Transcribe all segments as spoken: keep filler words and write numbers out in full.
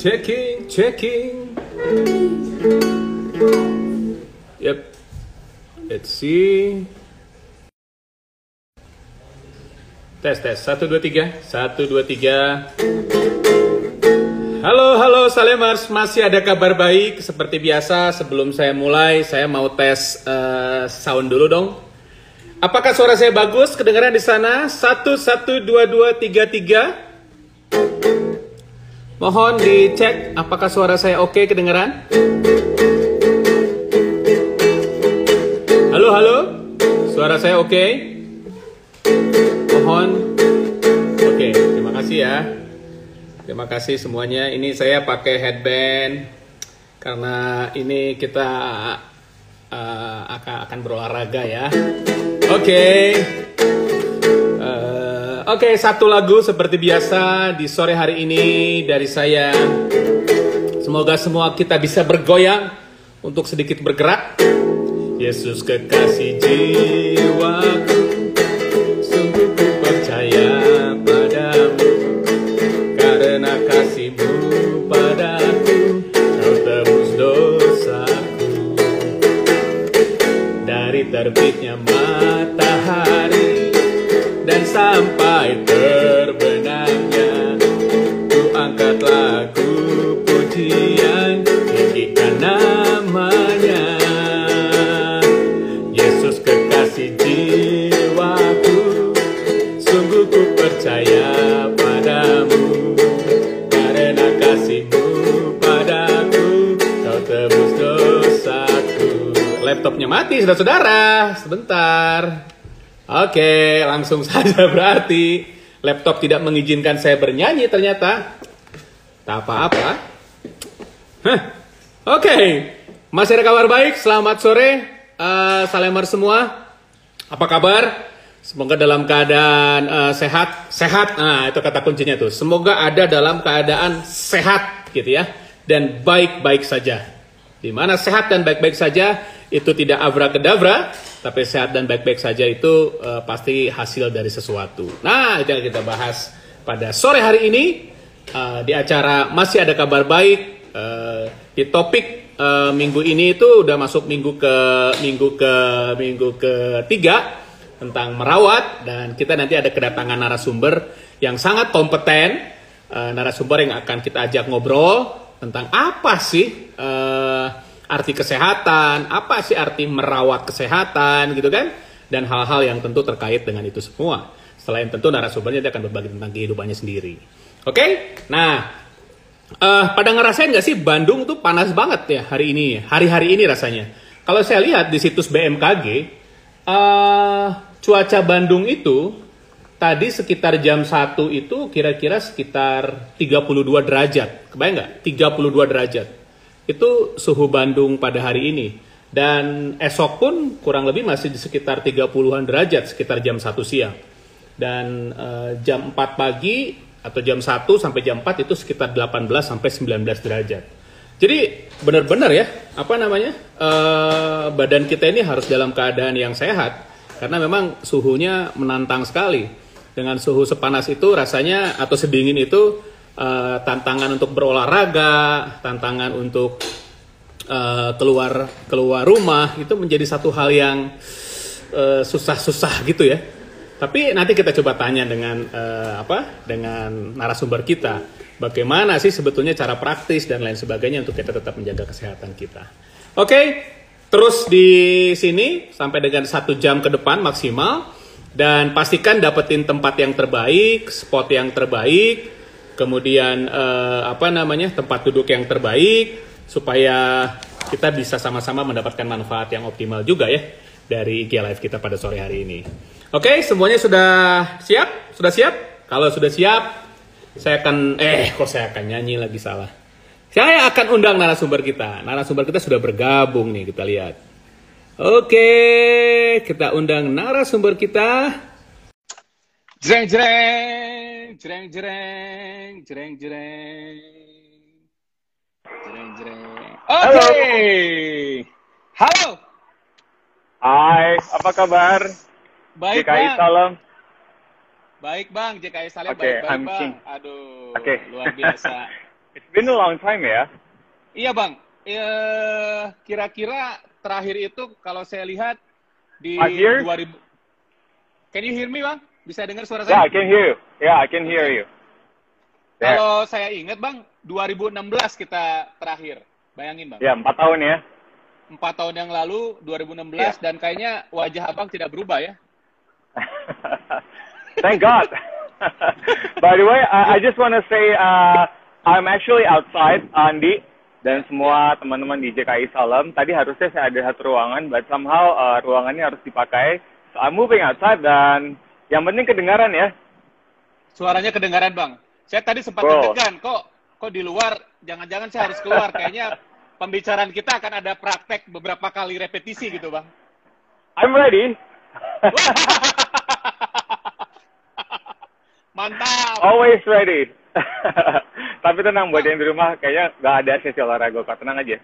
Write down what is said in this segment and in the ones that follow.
Checking, checking. Yep. Let's see. Tes, tes. Satu, dua, tiga. Satu, dua, tiga. Halo, halo Salemers. Masih ada kabar baik. Seperti biasa, sebelum saya mulai, saya mau tes uh, sound dulu dong. Apakah suara saya bagus? Kedengaran di sana? Satu, satu, dua, dua, tiga, tiga. Mohon dicek apakah suara saya oke kedengaran? Halo, halo. Suara saya oke? Mohon. Oke, terima kasih ya. Terima kasih semuanya. Ini saya pakai headband karena ini kita uh, akan akan berolahraga ya. Oke. Uh, Oke, okay, satu lagu seperti biasa di sore hari ini dari saya. Semoga semua kita bisa bergoyang untuk sedikit bergerak. Yesus kekasih jiwaku, sungguh ku percaya padamu. Karena kasih-Mu padaku, Kau tebus dosaku. Dari terbitnya matahari dan sampai terbenamnya, ku angkat lagu pujian, tinggikan namanya. Yesus kekasih jiwaku, sungguh ku percaya padamu. Karena kasih-Mu padaku, Kau tebus dosaku. Laptopnya mati, saudara-saudara. Sebentar. Oke, langsung saja berarti laptop tidak mengizinkan saya bernyanyi ternyata. Tak apa-apa. Hah, oke, masih ada kabar baik. Selamat sore, uh, Salemer semua. Apa kabar? Semoga dalam keadaan uh, sehat. Sehat, nah itu kata kuncinya tuh. Semoga ada dalam keadaan sehat gitu ya. Dan baik-baik saja. Dimana sehat dan baik-baik saja itu tidak abrakadabra, tapi sehat dan baik-baik saja itu uh, pasti hasil dari sesuatu. Nah, itu yang kita bahas pada sore hari ini uh, di acara Masih Ada Kabar Baik. Uh, di topik uh, minggu ini itu udah masuk minggu ke minggu ke minggu ketiga tentang merawat, dan kita nanti ada kedatangan narasumber yang sangat kompeten, uh, narasumber yang akan kita ajak ngobrol tentang apa sih uh, arti kesehatan, apa sih arti merawat kesehatan gitu kan, dan hal-hal yang tentu terkait dengan itu semua. Selain tentu narasumbernya dia akan berbagi tentang kehidupannya sendiri. Oke, okay? Nah, uh, pada ngerasain nggak sih Bandung tuh panas banget ya hari ini, hari-hari ini rasanya. Kalau saya lihat di situs B M K G, uh, cuaca Bandung itu tadi sekitar jam satu itu kira-kira sekitar tiga puluh dua derajat. Kebayang nggak? tiga puluh dua derajat. Itu suhu Bandung pada hari ini. Dan esok pun kurang lebih masih di sekitar tiga puluhan derajat, sekitar jam satu siang. Dan uh, jam empat pagi atau jam satu sampai jam empat itu sekitar delapan belas sampai sembilan belas derajat. Jadi benar-benar ya, apa namanya, uh, badan kita ini harus dalam keadaan yang sehat. Karena memang suhunya menantang sekali. Dengan suhu sepanas itu rasanya, atau sedingin itu, Uh, tantangan untuk berolahraga, tantangan untuk uh, keluar keluar rumah itu menjadi satu hal yang uh, susah-susah gitu ya. Tapi nanti kita coba tanya dengan uh, apa? Dengan narasumber kita, bagaimana sih sebetulnya cara praktis dan lain sebagainya untuk kita tetap menjaga kesehatan kita. Oke, okay, terus di sini sampai dengan satu jam ke depan maksimal, dan pastikan dapetin tempat yang terbaik, spot yang terbaik. Kemudian eh, apa namanya tempat duduk yang terbaik supaya kita bisa sama-sama mendapatkan manfaat yang optimal juga ya dari I G Live kita pada sore hari ini. Oke, semuanya sudah siap? Sudah siap? Kalau sudah siap, saya akan eh kok saya akan nyanyi lagi salah. Saya akan undang narasumber kita. Narasumber kita sudah bergabung nih, kita lihat. Oke, kita undang narasumber kita. Jreng jreng, jreng jreng, jreng jreng, jreng jreng. Oke, halo. Hai, apa kabar? Baik, J K I Bang. Salam. Baik, Bang. J K I Salam, Oke, baik-baik, I'm Bang. King. Aduh, Oke. luar biasa. It's been a long time ya. Iya bang, Eh, kira-kira terakhir itu kalau saya lihat di Five years? dua ribu. Can you hear me bang? Bisa dengar suara Yeah, saya? I can hear you. Yeah, I can hear you. There. Kalau saya ingat bang, dua ribu enam belas kita terakhir. Bayangin bang. Ya, empat tahun ya. Empat tahun yang lalu, dua ribu enam belas, Yeah. dan kayaknya wajah abang tidak berubah ya. Thank God. By the way, I, I just want to say uh, I'm actually outside, Andi, dan semua teman-teman di J K I Salem. Tadi harusnya saya ada satu ruangan, but somehow uh, ruangannya harus dipakai. So I'm moving outside, dan yang penting kedengaran ya. Suaranya kedengaran bang. Saya tadi sempat Bro. deg-degan, kok kok di luar, jangan-jangan saya harus keluar. Kayaknya pembicaraan kita akan ada praktek beberapa kali repetisi gitu bang. I'm ready. Mantap. Always ready. Tapi tenang, buat yang di rumah, kayaknya nggak ada sesi olahraga kok. Tenang aja.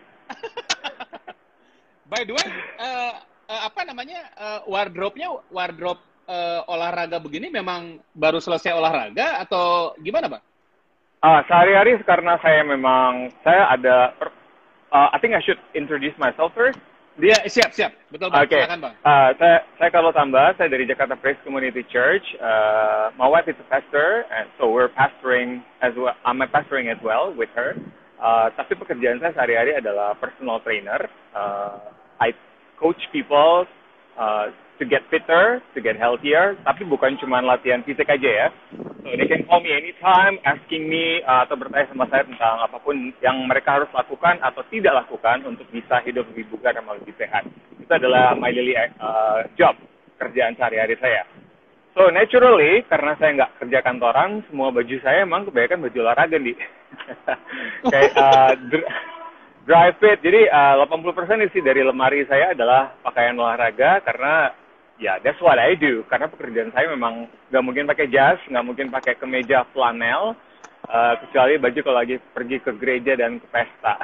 By the way, eh, eh, apa namanya, eh, wardrobe-nya, wardrobe eh, olahraga begini memang baru selesai olahraga atau gimana bang? Ah, sehari-hari karena saya memang, saya ada, uh, I think I should introduce myself first. Iya, siap, siap. Betul bang, Oke, silakan bang. uh, saya, saya kalau tambah, saya dari Jakarta Praise Community Church. Uh, my wife is a pastor, and so we're pastoring as well. I'm pastoring as well with her. Uh, tapi pekerjaan saya sehari-hari adalah personal trainer. Uh, I coach people uh, to get fitter, to get healthier. Tapi bukan cuma latihan fisik aja ya. So they can call me anytime, asking me uh, atau bertanya sama saya tentang apapun yang mereka harus lakukan atau tidak lakukan untuk bisa hidup lebih bugar dan lebih sehat. Itu adalah my daily uh, job, kerjaan sehari-hari saya. So naturally, karena saya nggak kerja kantoran, semua baju saya emang kebanyakan baju olahraga nih. Kayak uh, dr- dry fit. Jadi uh, delapan puluh persen isi dari lemari saya adalah pakaian olahraga karena ya, that's what I do. Karena pekerjaan saya memang nggak mungkin pakai jas, nggak mungkin pakai kemeja flanel, uh, kecuali baju kalau lagi pergi ke gereja dan ke pesta.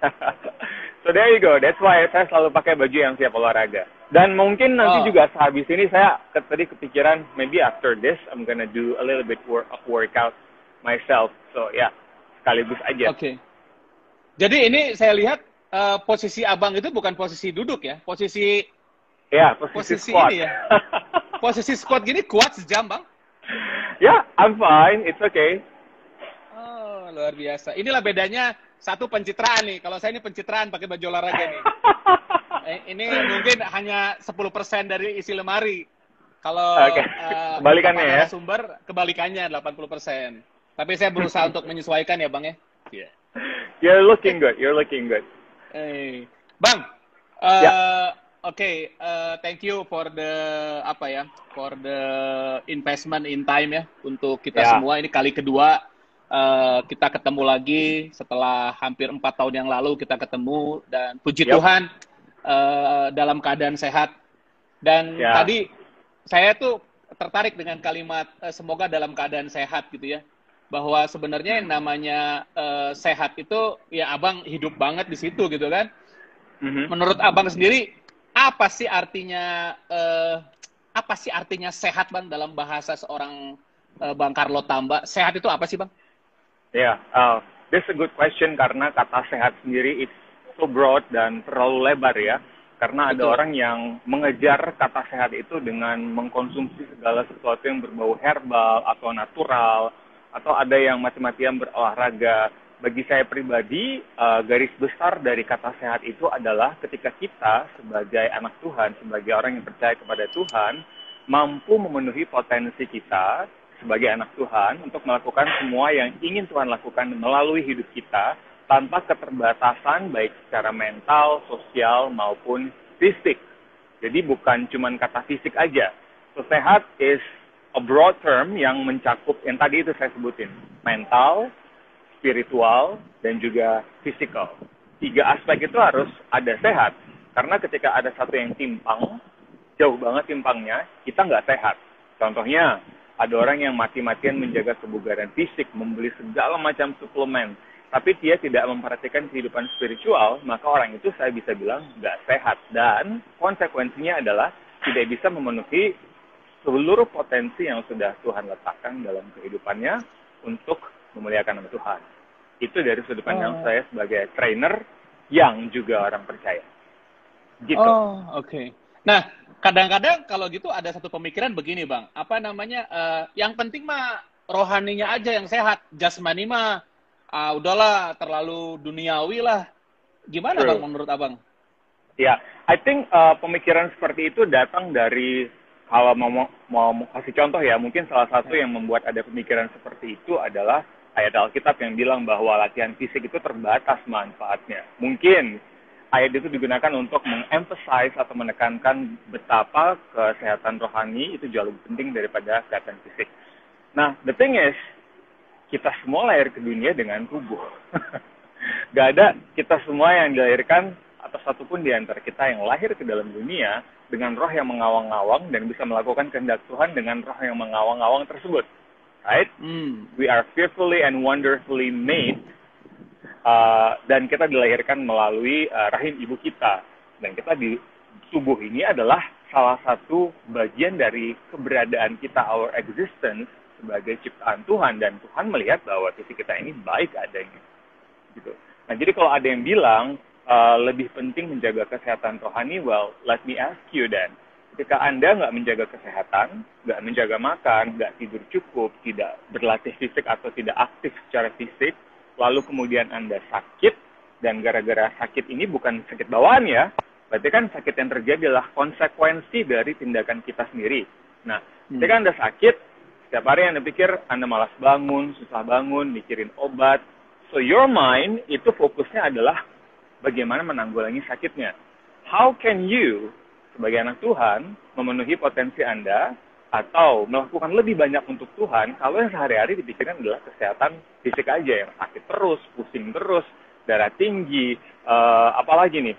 So there you go. That's why saya selalu pakai baju yang siap olahraga. Dan mungkin nanti Oh. juga sehabis ini saya ke- tadi kepikiran, maybe after this I'm gonna do a little bit work of workout myself. So ya, yeah, sekaligus aja. Oke. Okay. Jadi ini saya lihat eh, posisi abang itu bukan posisi duduk ya, posisi Ya, posisi, posisi squat. ini ya. Posisi squat gini kuat sejam bang. Ya, I'm fine. It's okay. Oh, luar biasa. Inilah bedanya, satu pencitraan nih. Kalau saya ini pencitraan pakai baju olahraga nih. Eh, ini mungkin hanya sepuluh persen dari isi lemari. Kalau Oke. eh, Kebalikannya Bapak ya. narasumber, kebalikannya delapan puluh persen. Tapi saya berusaha untuk menyesuaikan ya bang ya. Iya. You're looking good. You're looking good. Eh, Bang, eh, Ya. oke, eh, thank you for the apa ya, for the investment in time ya untuk kita Ya. semua. Ini kali kedua eh, kita ketemu lagi setelah hampir empat tahun yang lalu kita ketemu, dan puji Yap. Tuhan eh, dalam keadaan sehat. Dan Ya. tadi saya tuh tertarik dengan kalimat eh, semoga dalam keadaan sehat gitu ya. Bahwa sebenarnya yang namanya eh, sehat itu ya abang hidup banget di situ gitu kan. Mhm. Menurut abang sendiri apa sih artinya eh, apa sih artinya sehat bang dalam bahasa seorang eh, Bang Carlo Tamba? Sehat itu apa sih bang? Ya, uh, this is a good question karena kata sehat sendiri it's so broad dan terlalu lebar ya. Karena ada Betul. orang yang mengejar kata sehat itu dengan mengkonsumsi segala sesuatu yang berbau herbal atau natural, atau ada yang mati-matian berolahraga. Bagi saya pribadi, uh, garis besar dari kata sehat itu adalah ketika kita sebagai anak Tuhan, sebagai orang yang percaya kepada Tuhan, mampu memenuhi potensi kita sebagai anak Tuhan untuk melakukan semua yang ingin Tuhan lakukan melalui hidup kita tanpa keterbatasan baik secara mental, sosial, maupun fisik. Jadi bukan cuma kata fisik aja. So, sehat is a broad term yang mencakup yang tadi itu saya sebutin. Mental, spiritual, dan juga physical. Tiga aspek itu harus ada sehat. Karena ketika ada satu yang timpang, jauh banget timpangnya, kita nggak sehat. Contohnya, ada orang yang mati-matian menjaga kebugaran fisik, membeli segala macam suplemen, tapi dia tidak memperhatikan kehidupan spiritual, maka orang itu saya bisa bilang nggak sehat. Dan konsekuensinya adalah tidak bisa memenuhi seluruh potensi yang sudah Tuhan letakkan dalam kehidupannya untuk memuliakan nama Tuhan. Itu dari sudut pandang Oh, saya sebagai trainer yang juga orang percaya. Gitu. oh, oke. Okay. Nah, kadang-kadang kalau gitu ada satu pemikiran begini, Bang. Apa namanya? eh, yang penting mah rohaninya aja yang sehat. Jasmani mah ah, udahlah terlalu duniawi lah. Gimana, Bang, True. menurut Abang? Ya, I think uh, pemikiran seperti itu datang dari, kalau mau, mau mau kasih contoh ya, mungkin salah satu Ya. yang membuat ada pemikiran seperti itu adalah ayat Alkitab yang bilang bahwa latihan fisik itu terbatas manfaatnya. Mungkin ayat itu digunakan untuk mengemphasize atau menekankan betapa kesehatan rohani itu jauh lebih penting daripada kesehatan fisik. Nah, the thing is, kita semua lahir ke dunia dengan tubuh. Gak ada kita semua yang dilahirkan atau satupun di antara kita yang lahir ke dalam dunia dengan roh yang mengawang-awang dan bisa melakukan kehendak Tuhan dengan roh yang mengawang-awang tersebut. Right? Hmm. We are fearfully and wonderfully made, uh, dan kita dilahirkan melalui uh, rahim ibu kita. Dan kita di tubuh ini adalah salah satu bagian dari keberadaan kita, our existence, sebagai ciptaan Tuhan. Dan Tuhan melihat bahwa fisik kita ini baik adanya. Gitu. Nah, jadi kalau ada yang bilang uh, lebih penting menjaga kesehatan rohani, well, let me ask you then. Ketika Anda nggak menjaga kesehatan, nggak menjaga makan, nggak tidur cukup, tidak berlatih fisik atau tidak aktif secara fisik, lalu kemudian Anda sakit, dan gara-gara sakit ini bukan sakit bawaan ya, berarti kan sakit yang terjadi adalah konsekuensi dari tindakan kita sendiri. Nah, ketika Anda sakit, setiap hari Anda pikir Anda malas bangun, susah bangun, mikirin obat. So your mind itu fokusnya adalah bagaimana menanggulangi sakitnya. How can you sebagai anak Tuhan memenuhi potensi Anda atau melakukan lebih banyak untuk Tuhan kalau yang sehari-hari dipikirkan adalah kesehatan fisik aja, yang sakit terus, pusing terus, darah tinggi, uh, apalagi nih,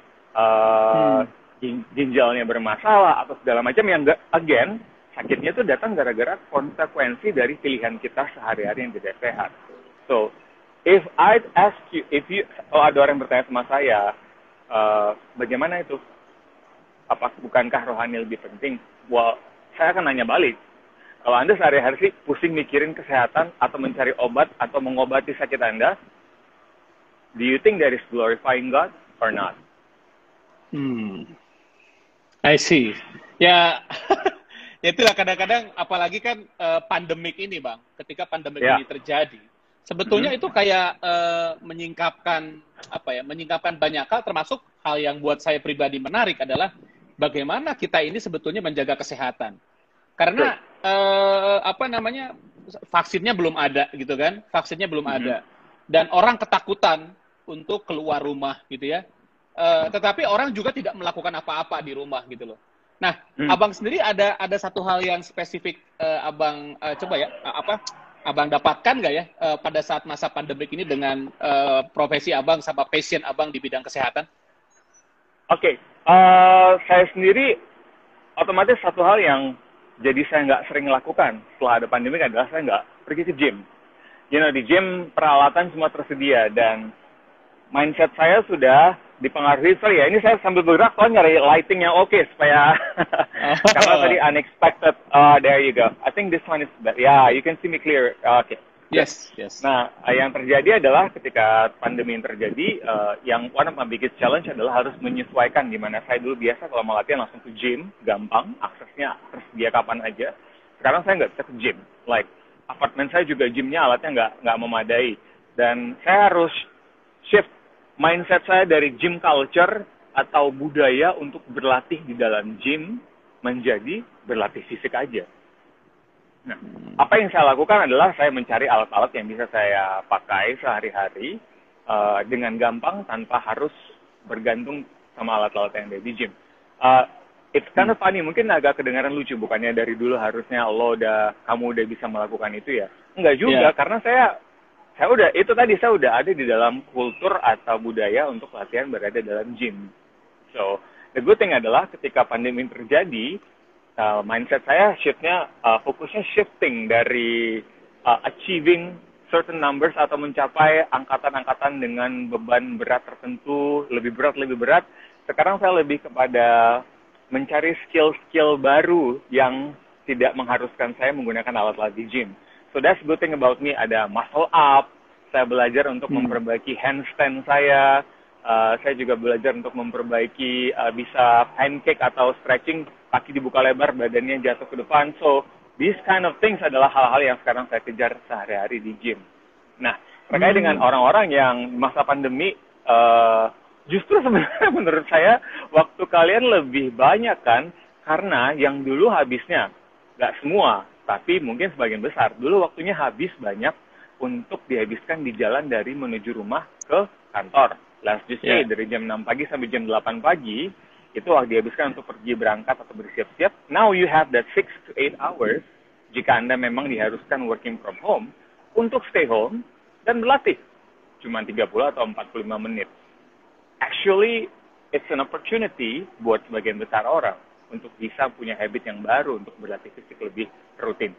uh, hmm. ginjalnya bermasalah atau segala macam yang gak, again, sakitnya itu datang gara-gara konsekuensi dari pilihan kita sehari-hari yang tidak sehat. So, if I'd ask you, if you, oh ada orang yang bertanya sama saya, uh, bagaimana itu? Apa bukankah rohani lebih penting? Well, saya akan nanya balik. Kalau Anda sehari-hari sih pusing mikirin kesehatan atau mencari obat atau mengobati sakit Anda, do you think that is glorifying God or not? Hmm. I see. Ya, ya itulah kadang-kadang, apalagi kan uh, pandemik ini, Bang. Ketika pandemik Yeah. ini terjadi, sebetulnya Mm-hmm. itu kayak uh, menyingkapkan apa ya, menyingkapkan banyak hal, termasuk hal yang buat saya pribadi menarik adalah bagaimana kita ini sebetulnya menjaga kesehatan. Karena uh, apa namanya, vaksinnya belum ada gitu kan, vaksinnya belum Mm-hmm. ada, dan orang ketakutan untuk keluar rumah gitu ya. Uh, tetapi orang juga tidak melakukan apa-apa di rumah gitu loh. Nah, Mm. Abang sendiri ada ada satu hal yang spesifik uh, Abang uh, coba ya uh, apa Abang dapatkan nggak ya uh, pada saat masa pandemik ini dengan uh, profesi Abang sama passion Abang di bidang kesehatan? Oke, okay. uh, saya sendiri otomatis satu hal yang jadi saya nggak sering lakukan setelah ada pandemi adalah saya nggak pergi ke gym. You know, di gym peralatan semua tersedia dan mindset saya sudah dipengaruhi. Sorry ya, ini saya sambil bergerak soalnya nyari lighting yang oke okay, supaya karena tadi unexpected. Uh, there you go. I think this one is better. Yeah, you can see me clear. Uh, oke. Okay. Yes, yes. Nah, yang terjadi adalah ketika pandemi yang terjadi, uh, yang one of my biggest challenge adalah harus menyesuaikan, di mana saya dulu biasa kalau mau latihan langsung ke gym, gampang, aksesnya tersedia kapan aja. Sekarang saya nggak bisa ke gym. Like, apartemen saya juga gymnya alatnya nggak nggak memadai. Dan saya harus shift mindset saya dari gym culture atau budaya untuk berlatih di dalam gym menjadi berlatih fisik aja. Nah, apa yang saya lakukan adalah saya mencari alat-alat yang bisa saya pakai sehari-hari uh, dengan gampang tanpa harus bergantung sama alat-alat yang ada di gym. Uh, it's kind of funny, mungkin agak kedengaran lucu, bukannya dari dulu harusnya lo udah kamu udah bisa melakukan itu ya? Enggak juga, yeah. Karena saya saya udah itu tadi saya udah ada di dalam kultur atau budaya untuk latihan berada dalam gym. So the good thing adalah ketika pandemi terjadi, Uh, mindset saya shiftnya uh, fokusnya shifting dari uh, achieving certain numbers atau mencapai angkatan-angkatan dengan beban berat tertentu, lebih berat lebih berat. Sekarang saya lebih kepada mencari skill-skill baru yang tidak mengharuskan saya menggunakan alat-alat di gym. So that's good thing about me. Ada muscle up, saya belajar untuk Hmm. memperbaiki handstand saya. Uh, saya juga belajar untuk memperbaiki uh, bisa pancake atau stretching, kaki dibuka lebar, badannya jatuh ke depan. So, these kind of things adalah hal-hal yang sekarang saya kejar sehari-hari di gym. Nah, terkait dengan Hmm. orang-orang yang masa pandemi, uh, justru sebenarnya menurut saya waktu kalian lebih banyak kan, karena yang dulu habisnya, nggak semua, tapi mungkin sebagian besar, dulu waktunya habis banyak untuk dihabiskan di jalan dari menuju rumah ke kantor. Let's just say Yeah. dari jam enam pagi sampai jam delapan pagi, itu waktu dihabiskan untuk pergi berangkat atau bersiap-siap. Now you have that six to eight hours, jika Anda memang diharuskan working from home, untuk stay home dan berlatih. Cuma tiga puluh atau empat puluh lima menit. Actually, it's an opportunity buat sebagian besar orang untuk bisa punya habit yang baru untuk berlatih fisik lebih rutin.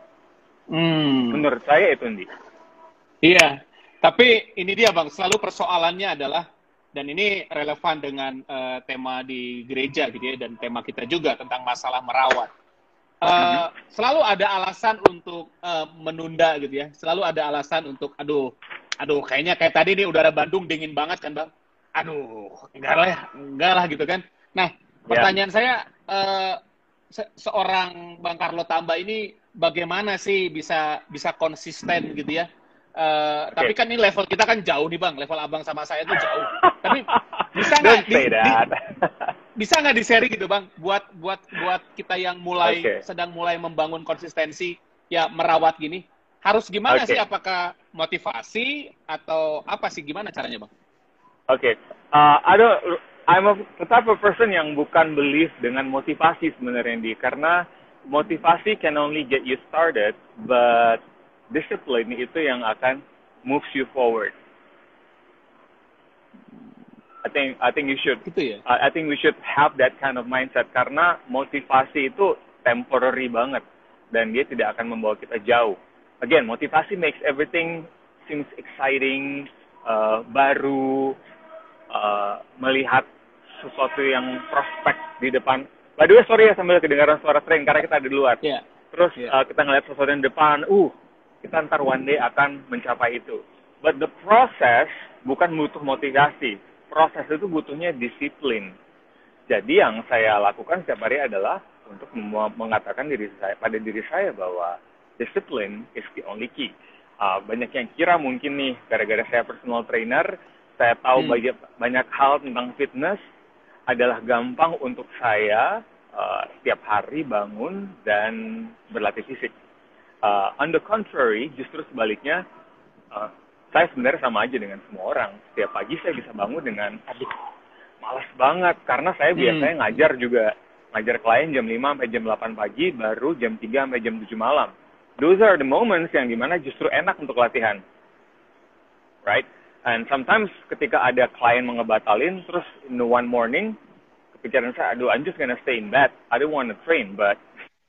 Hmm. Menurut saya itu, Ndi. Iya, tapi ini dia Bang, selalu persoalannya adalah, dan ini relevan dengan uh, tema di gereja gitu ya, dan tema kita juga tentang masalah merawat. Uh, selalu ada alasan untuk uh, menunda gitu ya, selalu ada alasan untuk, aduh, aduh kayaknya kayak tadi nih udara Bandung dingin banget kan Bang, aduh, enggak lah, enggak lah gitu kan. Nah, pertanyaan yeah. saya, uh, se- seorang Bang Carlo Tamba ini bagaimana sih bisa bisa konsisten gitu ya? Uh, okay. Tapi kan ini level kita kan jauh nih Bang, level abang sama saya tuh jauh. Tapi bisa nggak di, di, bisa nggak di-share gitu Bang, buat buat buat kita yang mulai okay. sedang mulai membangun konsistensi ya merawat gini, harus gimana okay. sih? Apakah motivasi atau apa sih, gimana caranya Bang? Oke, okay. uh, ada I'm a the type of person yang bukan believe dengan motivasi sebenarnya, Di, karena motivasi can only get you started, but discipline itu yang akan moves you forward. I think I think you should. Gitu ya? I think we should have that kind of mindset, karena motivasi itu temporary banget dan dia tidak akan membawa kita jauh. Again, motivasi makes everything seems exciting, uh, baru, uh, melihat sesuatu yang prospek di depan. By the way, sorry ya sambil kedengaran suara train karena kita ada di luar. Yeah. Terus yeah. Uh, kita ngeliat sesuatu yang depan, uh kita ntar one day akan mencapai itu. But the process bukan butuh motivasi. Proses itu butuhnya disiplin. Jadi yang saya lakukan setiap hari adalah untuk mengatakan diri saya pada diri saya bahwa discipline is the only key. Uh, banyak yang kira mungkin nih gara-gara saya personal trainer, saya tahu hmm. banyak banyak hal tentang fitness, adalah gampang untuk saya uh, setiap hari bangun dan berlatih fisik. Uh, on the contrary, justru sebaliknya, uh, saya sebenarnya sama aja dengan semua orang. Setiap pagi saya bisa bangun dengan, aduh, malas banget. Karena saya biasanya hmm. ngajar juga. Ngajar klien jam lima sampai jam delapan pagi, baru jam tiga sampai jam tujuh malam. Those are the moments yang dimana justru enak untuk latihan. Right? And sometimes ketika ada klien mau ngebatalin, terus in the one morning, kepikiran saya, aduh, I'm just gonna stay in bed. I don't want to train, but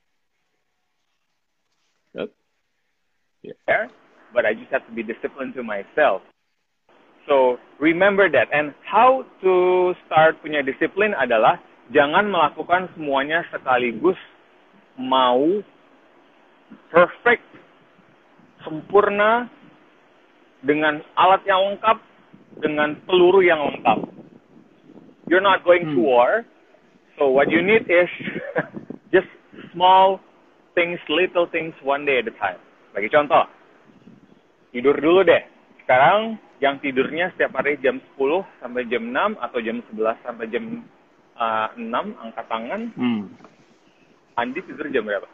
yeah, but I just have to be disciplined to myself. So remember that. And how to start punya disiplin adalah jangan melakukan semuanya sekaligus, mau perfect, sempurna, dengan alat yang lengkap, dengan peluru yang lengkap. You're not going hmm. to war, so what you need is just small things, little things, one day at a time. Bagi contoh, tidur dulu deh. Sekarang yang tidurnya setiap hari jam sepuluh sampai jam enam atau jam sebelas sampai jam uh, enam, angkat tangan. Hmm. Andi tidur jam berapa?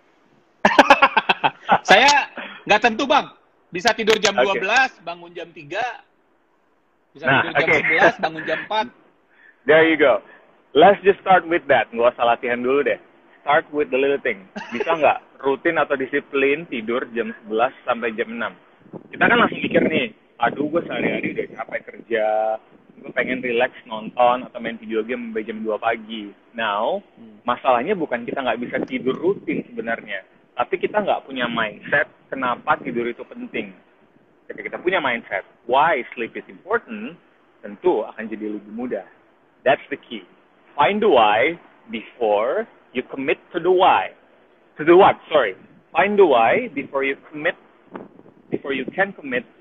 Saya nggak tentu, Bang. Bisa tidur jam okay. dua belas, bangun jam tiga. Bisa nah, tidur jam okay. sebelas, bangun jam empat. There you go. Let's just start with that. Nggak usah latihan dulu deh. Start with the little thing. Bisa nggak rutin atau disiplin tidur jam sebelas sampai jam enam? Kita kan langsung mikir nih, aduh gue sehari-hari udah capek kerja, gue pengen relax nonton atau main video game sampai jam dua pagi. Now, masalahnya bukan kita nggak bisa tidur rutin sebenarnya, tapi kita nggak punya mindset kenapa tidur itu penting. Ketika kita punya mindset, why sleep is important, tentu akan jadi lebih mudah. That's the key. Find the why before you commit to the why. To the what? Sorry. Find the why before you commit, before you can commit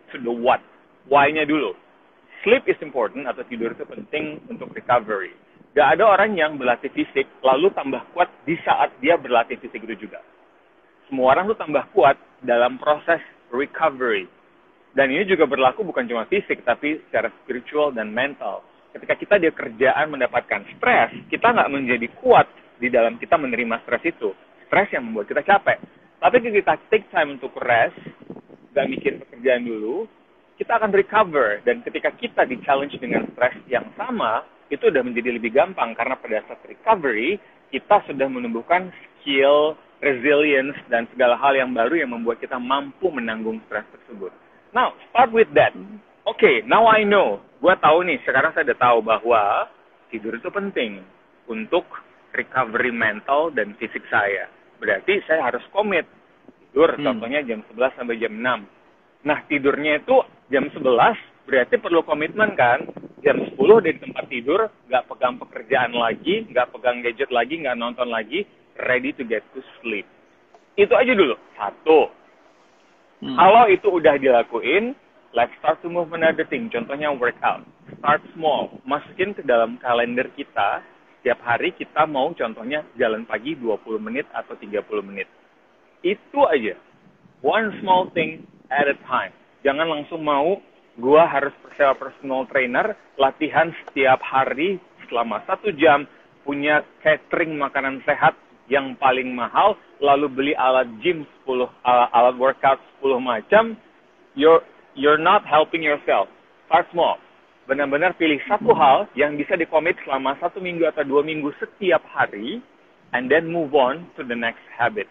to the what. Why-nya dulu. Sleep is important atau tidur itu penting untuk recovery. Gak ada orang yang berlatih fisik lalu tambah kuat di saat dia berlatih fisik itu juga. Semua orang tuh tambah kuat dalam proses recovery. Dan ini juga berlaku bukan cuma fisik, tapi secara spiritual dan mental. Ketika kita di kerjaan mendapatkan stres, kita nggak menjadi kuat di dalam kita menerima stres itu. Stres yang membuat kita capek. Tapi ketika kita take time untuk rest, nggak mikir pekerjaan dulu, kita akan recover. Dan ketika kita di-challenge dengan stres yang sama, itu udah menjadi lebih gampang. Karena pada saat recovery, kita sudah menumbuhkan skill, resilience, dan segala hal yang baru yang membuat kita mampu menanggung stres tersebut. Now, start with that. Oke, okay, now I know. Gue tahu nih, sekarang saya udah tahu bahwa tidur itu penting untuk recovery mental dan fisik saya. Berarti saya harus komit. Tidur, hmm. contohnya jam sebelas sampai jam enam. Nah, tidurnya itu jam sebelas, berarti perlu komitmen kan? Jam sepuluh dari tempat tidur, nggak pegang pekerjaan lagi, nggak pegang gadget lagi, nggak nonton lagi, ready to get to sleep. Itu aja dulu. Satu. Hmm. Kalau itu udah dilakuin, let's start to move another thing. Contohnya workout. Start small. Masukin ke dalam kalender kita, setiap hari kita mau contohnya jalan pagi dua puluh menit atau tiga puluh menit. Itu aja. One small thing at a time. Jangan langsung mau, gua harus sewa personal trainer, latihan setiap hari selama satu jam, punya catering makanan sehat yang paling mahal, lalu beli alat gym sepuluh, uh, alat workout sepuluh macam, you're, you're not helping yourself. Start small. Benar-benar pilih satu hal yang bisa dikomit selama satu minggu atau dua minggu setiap hari, and then move on to the next habit.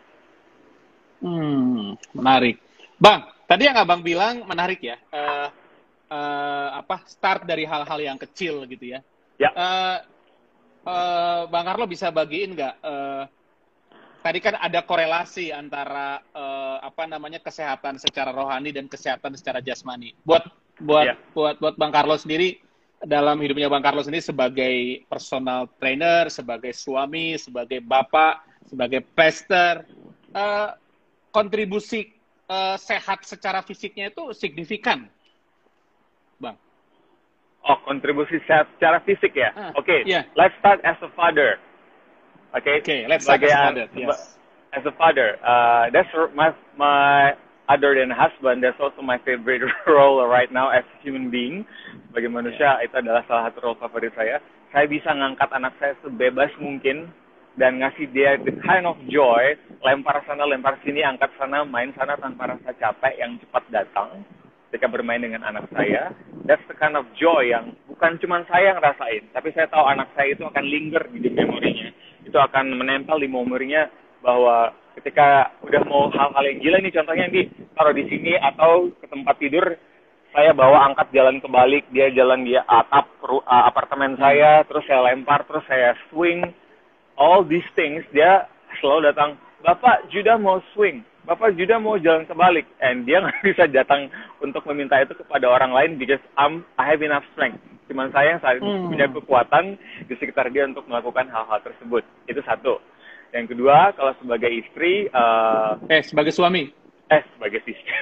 Hmm, menarik. Bang, tadi yang Abang bilang menarik ya. Uh, uh, apa start dari hal-hal yang kecil gitu ya. Ya. Uh, uh, Bang Carlo bisa bagiin nggak? Uh, tadi kan ada korelasi antara uh, apa namanya kesehatan secara rohani dan kesehatan secara jasmani. Buat buat ya. buat buat Bang Carlo sendiri dalam hidupnya Bang Carlo sendiri sebagai personal trainer, sebagai suami, sebagai bapak, sebagai pastor, uh, kontribusi uh, sehat secara fisiknya itu signifikan, Bang. Oh, kontribusi sehat secara fisik ya? Ah, Oke, okay. yeah. Let's start as a father. Oke, okay? okay, let's start as a father. Yes. As a father, uh, that's my my other than husband, that's also my favorite role right now as a human being. Sebagai manusia, yeah. Itu adalah salah satu role favorit saya. Saya bisa ngangkat anak saya sebebas mungkin dan ngasih dia the kind of joy, lempar sana, lempar sini, angkat sana, main sana tanpa rasa capek yang cepat datang ketika bermain dengan anak saya. That's the kind of joy yang bukan cuma saya yang rasain, tapi saya tahu anak saya itu akan linger di memorinya. Itu akan menempel di memorinya bahwa ketika udah mau hal-hal yang gila nih, contohnya nih, taruh di sini atau ke tempat tidur, saya bawa angkat jalan kebalik, dia jalan di atap uh, apartemen saya, terus saya lempar, terus saya swing. All these things, dia selalu datang, Bapak Judah mau swing, Bapak Judah mau jalan kebalik. And dia nggak bisa datang untuk meminta itu kepada orang lain because I'm, I have enough strength. Cuman saya yang saat itu hmm. punya kekuatan di sekitar dia untuk melakukan hal-hal tersebut. Itu satu. Yang kedua, kalau sebagai istri... Uh, eh, sebagai suami? Eh, sebagai istri.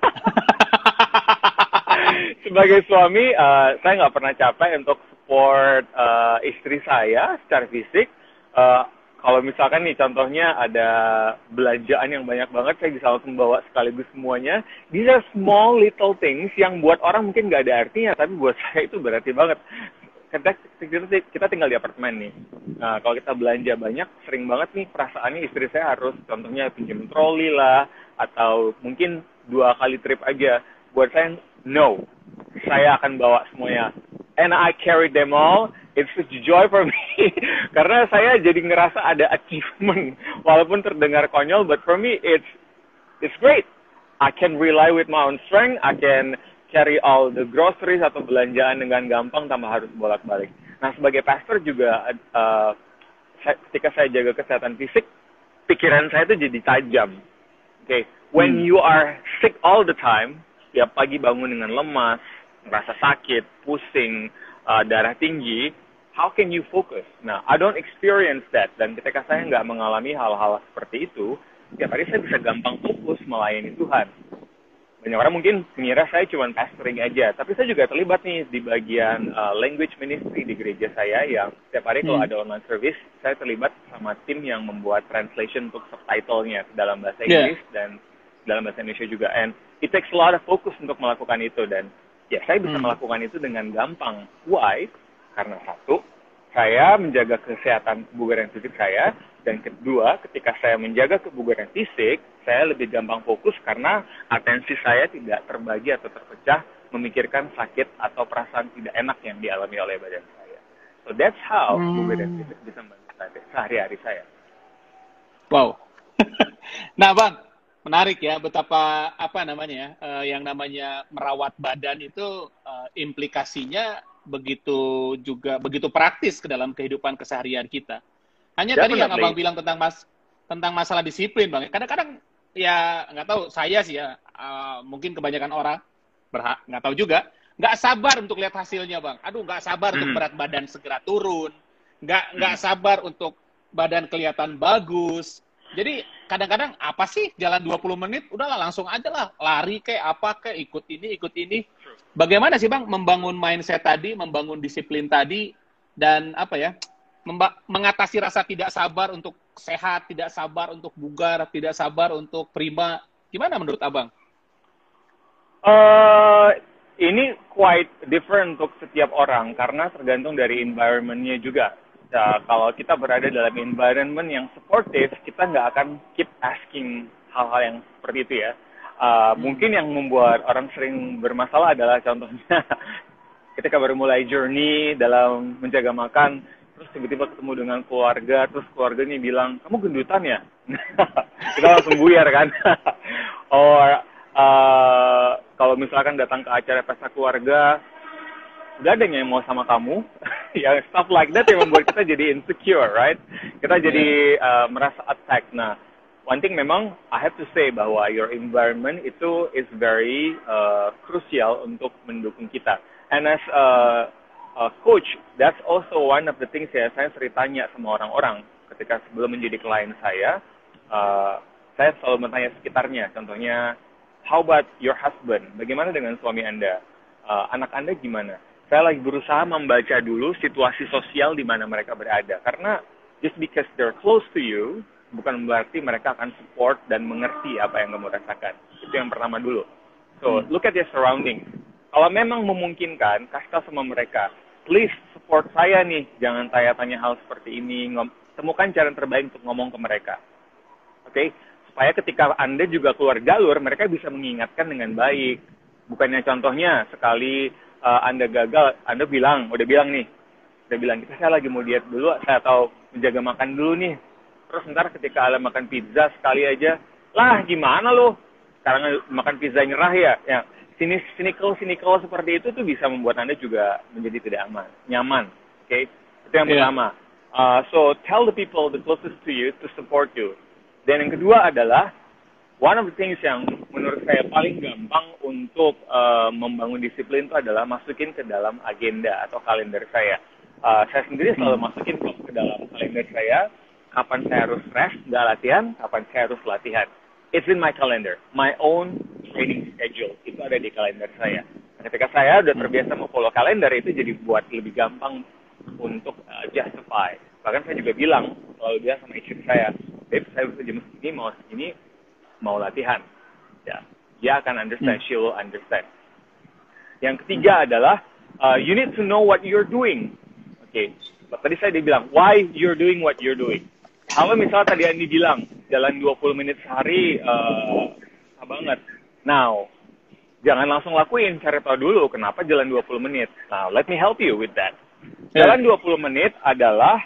Sebagai suami, uh, saya nggak pernah capek untuk support uh, istri saya secara fisik. Uh, kalau misalkan nih contohnya ada belanjaan yang banyak banget, saya bisa langsung bawa sekaligus semuanya. These are small little things yang buat orang mungkin nggak ada artinya, tapi buat saya itu berarti banget. Kita, kita tinggal di apartemen nih. Nah, kalau kita belanja banyak, sering banget nih perasaannya istri saya harus contohnya pinjam troli lah, atau mungkin dua kali trip aja. Buat saya, no. Saya akan bawa semuanya. And I carry them all. It's a joy for me. Karena saya jadi ngerasa ada achievement. Walaupun terdengar konyol, but for me, it's it's great. I can rely with my own strength. I can carry all the groceries atau belanjaan dengan gampang tanpa harus bolak-balik. Nah, sebagai pastor juga, uh, saya, ketika saya jaga kesehatan fisik, pikiran saya itu jadi tajam. Oke, okay. When hmm. you are sick all the time, tiap pagi bangun dengan lemas, merasa sakit, pusing, uh, darah tinggi, how can you focus? Nah, I don't experience that. Dan ketika saya nggak mengalami hal-hal seperti itu, tiap hari saya bisa gampang fokus melayani Tuhan. Banyak orang mungkin mengira saya cuma pastoring aja, tapi saya juga terlibat nih di bagian uh, language ministry di gereja saya yang setiap hari kalau Hmm. ada online service, saya terlibat sama tim yang membuat translation untuk subtitle-nya dalam bahasa Yeah. Inggris dan dalam bahasa Indonesia juga. And it takes a lot of focus untuk melakukan itu, dan ya saya bisa Hmm. melakukan itu dengan gampang. Why? Karena satu, saya menjaga kesehatan kebugaran fisik saya, dan kedua, ketika saya menjaga kebugaran fisik, saya lebih gampang fokus karena atensi saya tidak terbagi atau terpecah memikirkan sakit atau perasaan tidak enak yang dialami oleh badan saya. So that's how kebugaran Hmm. fisik bisa membantu saya sehari-hari saya. Wow. Nah, Bang, menarik ya betapa apa namanya ya, eh, yang namanya merawat badan itu eh, implikasinya begitu juga begitu praktis ke dalam kehidupan keseharian kita. Hanya tadi yang Definitely. Abang bilang tentang mas tentang masalah disiplin, Bang. Kadang-kadang ya nggak tahu saya sih ya, eh, mungkin kebanyakan orang berhak nggak tahu juga, nggak sabar untuk lihat hasilnya, Bang. Aduh, nggak sabar untuk Hmm. berat badan segera turun, nggak nggak sabar untuk badan kelihatan bagus. Jadi kadang-kadang apa sih jalan dua puluh menit, udahlah langsung aja lah, lari kayak apa kayak ikut ini, ikut ini. Bagaimana sih Bang membangun mindset tadi, membangun disiplin tadi, dan apa ya, memba- mengatasi rasa tidak sabar untuk sehat, tidak sabar untuk bugar, tidak sabar untuk prima. Gimana menurut Abang? Uh, ini quite different untuk setiap orang karena tergantung dari environment-nya juga. Nah, kalau kita berada dalam environment yang supportive, kita nggak akan keep asking hal-hal yang seperti itu ya. Uh, Hmm. Mungkin yang membuat orang sering bermasalah adalah contohnya ketika baru mulai journey dalam menjaga makan, terus tiba-tiba ketemu dengan keluarga, terus keluarganya bilang, kamu gendutan ya? Kita langsung buyar kan? Or uh, kalau misalkan datang ke acara pesta keluarga, udah ada yang mau sama kamu, ya stuff like that yang membuat kita jadi insecure, right? Kita jadi uh, merasa attack. Nah, one thing memang I have to say bahwa your environment itu is very uh, crucial untuk mendukung kita. And as a, a coach, that's also one of the things ya saya sering tanya sama orang-orang ketika sebelum menjadi klien saya. Uh, saya selalu bertanya sekitarnya, contohnya, how about your husband? Bagaimana dengan suami Anda? Uh, anak Anda gimana? Saya lagi berusaha membaca dulu situasi sosial di mana mereka berada. Karena just because they're close to you, bukan berarti mereka akan support dan mengerti apa yang kamu rasakan. Itu yang pertama dulu. So, look at your surroundings. Kalau memang memungkinkan, kasih tahu sama mereka, please support saya nih. Jangan tanya-tanya hal seperti ini. Ngom- temukan cara terbaik untuk ngomong ke mereka. Oke? Okay? Supaya ketika Anda juga keluar jalur, mereka bisa mengingatkan dengan baik. Bukannya contohnya, sekali uh, Anda gagal, Anda bilang, udah bilang nih, udah bilang, kita saya lagi mau diet dulu, saya tahu menjaga makan dulu nih. Terus ntar ketika Anda makan pizza sekali aja, lah gimana lo? Sekarang makan pizza nyerah ya? Ya, sini cynical-cynical seperti itu tuh bisa membuat Anda juga menjadi tidak aman, nyaman. Oke? Okay? Itu yang Yeah. pertama. Uh, so, tell the people the closest to you to support you. Dan yang kedua adalah, one of the things yang menurut saya paling gampang untuk uh, membangun disiplin itu adalah masukin ke dalam agenda atau kalender saya. Uh, saya sendiri selalu masukin ke dalam kalender saya, kapan saya harus rest, nggak latihan, kapan saya harus latihan. It's in my calendar, my own training schedule. Itu ada di kalender saya. Ketika saya udah terbiasa memfollow kalender, itu jadi buat lebih gampang untuk uh, justify. Bahkan saya juga bilang, selalu dia sama istri saya, babe, saya bisa jam segini, mau segini, mau latihan. Ya, dia akan understand, she will understand. Yang ketiga adalah, uh, you need to know what you're doing. Oke, okay. Tadi saya dibilang, why you're doing what you're doing. Kalau misalnya tadi Andi bilang, jalan dua puluh menit sehari, uh, susah banget. Now, jangan langsung lakuin, cari tahu dulu kenapa jalan dua puluh menit. Now, let me help you with that. Jalan dua puluh menit adalah,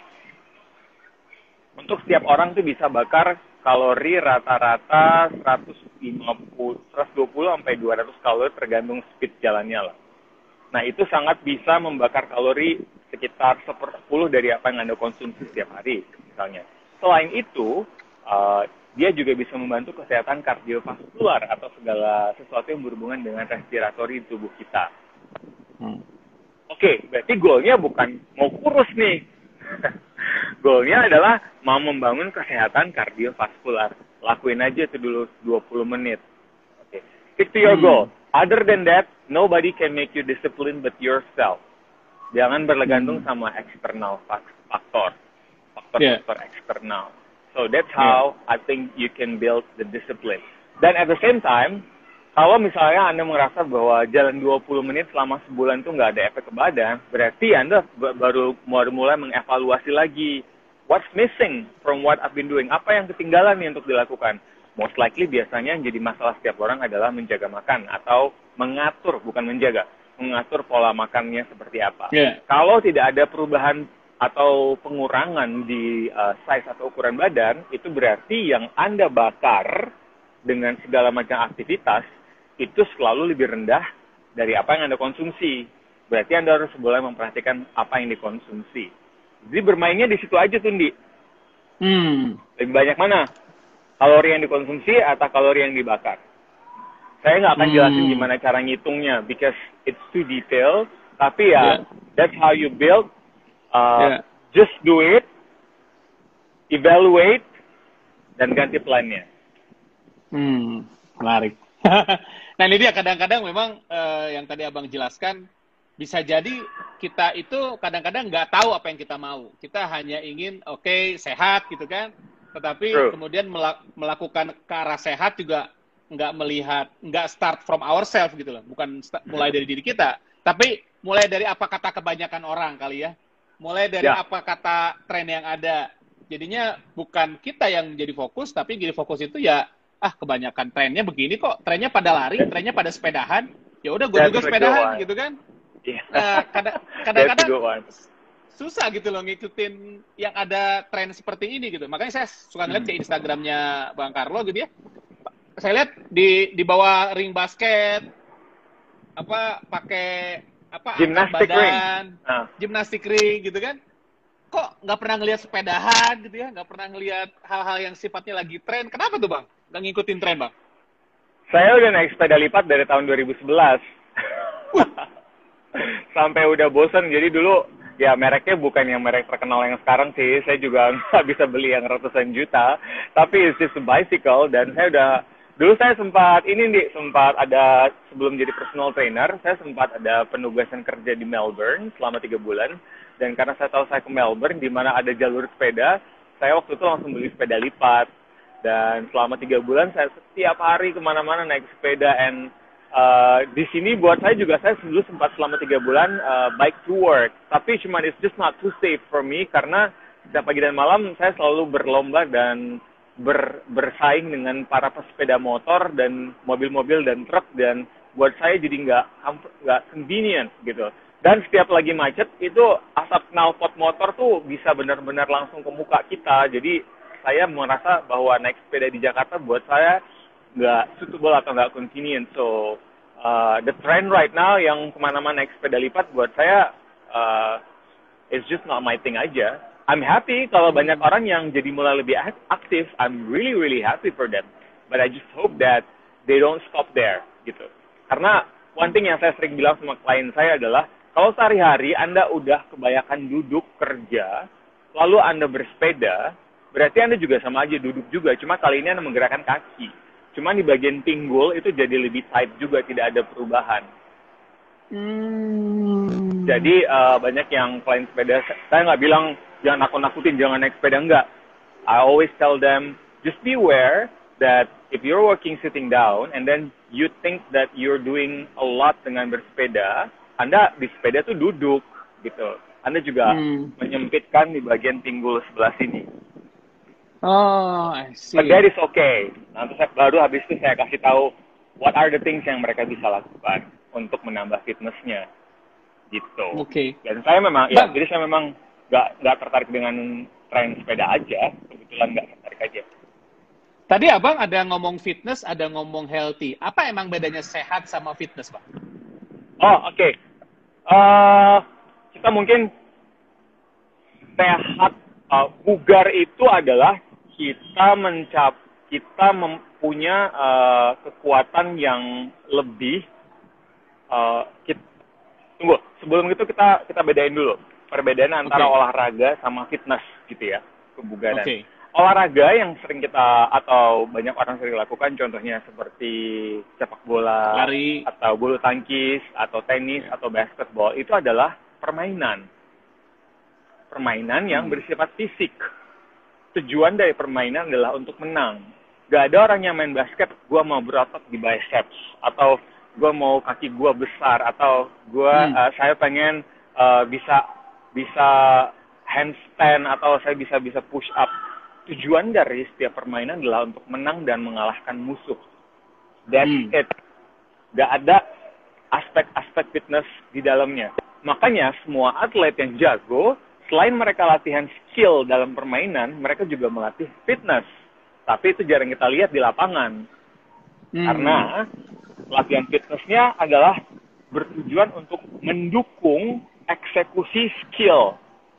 untuk setiap orang tuh bisa bakar kalori rata-rata seratus lima puluh, seratus dua puluh sampai dua ratus kalori tergantung speed jalannya lah. Nah, itu sangat bisa membakar kalori sekitar sepersepuluh dari apa yang Anda konsumsi setiap hari, misalnya. Selain itu, uh, dia juga bisa membantu kesehatan kardiovaskular atau segala sesuatu yang berhubungan dengan respiratori tubuh kita. Hmm. Oke, okay, berarti goalnya bukan mau kurus nih. Goalnya adalah mau membangun kesehatan kardiovaskular. Lakuin aja itu dulu dua puluh menit. Oke. Okay. Stick to your Hmm. goal. Other than that, nobody can make you discipline but yourself. Jangan bergantung Hmm. sama external fak- faktor, Yeah. faktor-faktor eksternal. So that's how I think you can build the discipline. Dan at the same time, kalau misalnya Anda merasa bahwa jalan dua puluh menit selama sebulan itu nggak ada efek ke badan, berarti Anda b- baru baru mulai mengevaluasi lagi. What's missing from what I've been doing? Apa yang ketinggalan nih untuk dilakukan? Most likely biasanya yang jadi masalah setiap orang adalah menjaga makan atau mengatur, bukan menjaga, mengatur pola makannya seperti apa. Yeah. Kalau tidak ada perubahan atau pengurangan di uh, size atau ukuran badan, itu berarti yang Anda bakar dengan segala macam aktivitas itu selalu lebih rendah dari apa yang Anda konsumsi. Berarti Anda harus mulai memperhatikan apa yang dikonsumsi. Jadi bermainnya di situ aja tuh, Ndi. Hmm. Lebih banyak mana? Kalori yang dikonsumsi atau kalori yang dibakar? Saya nggak akan jelasin Hmm. gimana cara ngitungnya, because it's too detailed. Tapi ya, Yeah. that's how you build. Uh, Yeah. Just do it, evaluate, dan ganti plan-nya. Hmm, menarik. Nah ini dia kadang-kadang memang eh, yang tadi abang jelaskan bisa jadi kita itu kadang-kadang nggak tahu apa yang kita mau. Kita hanya ingin oke okay, sehat gitu kan, tetapi True. kemudian melak- melakukan ke arah sehat juga nggak melihat, nggak start from ourselves gitu loh, bukan sta- mulai dari diri kita, tapi mulai dari apa kata kebanyakan orang kali ya, mulai dari Ya. apa kata tren yang ada. Jadinya bukan kita yang jadi fokus, tapi jadi fokus itu ya ah kebanyakan trennya begini kok, trennya pada lari, trennya pada sepedahan, ya udah gue That's juga a good sepedahan one. gitu kan. Yeah. Nah, kadang- That's a kadang-kadang good one. susah gitu loh ngikutin yang ada tren seperti ini gitu. Makanya saya suka ngeliat ke Instagramnya Bang Carlo gitu ya. Saya lihat di di bawah ring basket apa pakai apa angkat Gymnastic ring. badan, Ah. gymnastic ring gitu kan. Kok nggak pernah ngelihat sepedahan gitu ya, nggak pernah ngelihat hal-hal yang sifatnya lagi tren. Kenapa tuh Bang? Nggak ngikutin tren Bang? Saya udah naik sepeda lipat dari tahun dua ribu sebelas. Sampai udah bosen. Jadi dulu ya mereknya bukan yang merek terkenal yang sekarang sih. Saya juga nggak bisa beli yang ratusan juta. Tapi it's just a bicycle. Dan saya udah, dulu saya sempat, ini nih, sempat ada, sebelum jadi personal trainer, saya sempat ada penugasan kerja di Melbourne selama tiga bulan. Dan karena saya tahu saya ke Melbourne, di mana ada jalur sepeda, saya waktu itu langsung beli sepeda lipat. Dan selama tiga bulan saya setiap hari kemana-mana naik sepeda. And uh, di sini buat saya juga, saya dulu sempat selama tiga bulan uh, bike to work. Tapi cuma it's just not too safe for me karena setiap pagi dan malam saya selalu berlomba dan ber, bersaing dengan para pesepeda motor dan mobil-mobil dan truk. Dan buat saya jadi nggak nggak convenient gitu. Dan setiap lagi macet itu asap knalpot motor tuh bisa benar-benar langsung ke muka kita. Jadi saya merasa bahwa naik sepeda di Jakarta buat saya nggak suitable atau nggak convenient. So, uh, the trend right now yang kemana-mana naik sepeda lipat buat saya, uh, it's just not my thing aja. I'm happy kalau banyak orang yang jadi mulai lebih aktif. I'm really, really happy for them. But I just hope that they don't stop there, gitu. Karena one thing yang saya sering bilang sama klien saya adalah, kalau sehari-hari Anda udah kebanyakan duduk kerja, lalu Anda bersepeda, berarti Anda juga sama aja duduk juga, cuma kali ini Anda menggerakkan kaki. Cuma di bagian pinggul itu jadi lebih tight juga, tidak ada perubahan. Hmm. Jadi uh, banyak yang klien sepeda, saya nggak bilang jangan nakut-nakutin, jangan naik sepeda, enggak. I always tell them, just be aware that if you're working sitting down and then you think that you're doing a lot dengan bersepeda, Anda di sepeda tuh duduk gitu. Anda juga Hmm. menyempitkan di bagian pinggul sebelah sini. Oh, I see. But that is okay. Nanti saya, baru habis itu saya kasih tahu what are the things yang mereka bisa lakukan untuk menambah fitnessnya, gitu. Oke. Okay. Dan saya memang, ya, Bang. jadi saya memang nggak nggak tertarik dengan tren sepeda aja, kebetulan nggak tertarik aja. Tadi abang ada ngomong fitness, ada ngomong healthy. Apa emang bedanya sehat sama fitness, Bang? Oh, oke. Okay. Uh, kita mungkin sehat, uh, bugar itu adalah kita mencap, kita mempunyai uh, kekuatan yang lebih. Uh, kita, tunggu, sebelum itu kita kita bedain dulu perbedaan antara Okay. olahraga sama fitness gitu ya, kebugaran. Okay. olahraga yang sering kita atau banyak orang sering lakukan, contohnya seperti sepak bola, Lari, atau bulu tangkis, atau tenis, atau basketball, itu adalah permainan. Permainan yang bersifat fisik. Tujuan dari permainan adalah untuk menang. Gak ada orang yang main basket, gue mau berotot di biceps, atau gue mau kaki gue besar, atau gue hmm. uh, saya pengen uh, bisa bisa handstand, atau saya bisa bisa push up. Tujuan dari setiap permainan adalah untuk menang dan mengalahkan musuh. That's hmm. it. Gak ada aspek-aspek fitness di dalamnya. Makanya semua atlet yang jago, selain mereka latihan skill dalam permainan, mereka juga melatih fitness. Tapi itu jarang kita lihat di lapangan. Hmm. Karena latihan fitnessnya adalah bertujuan untuk mendukung eksekusi skill.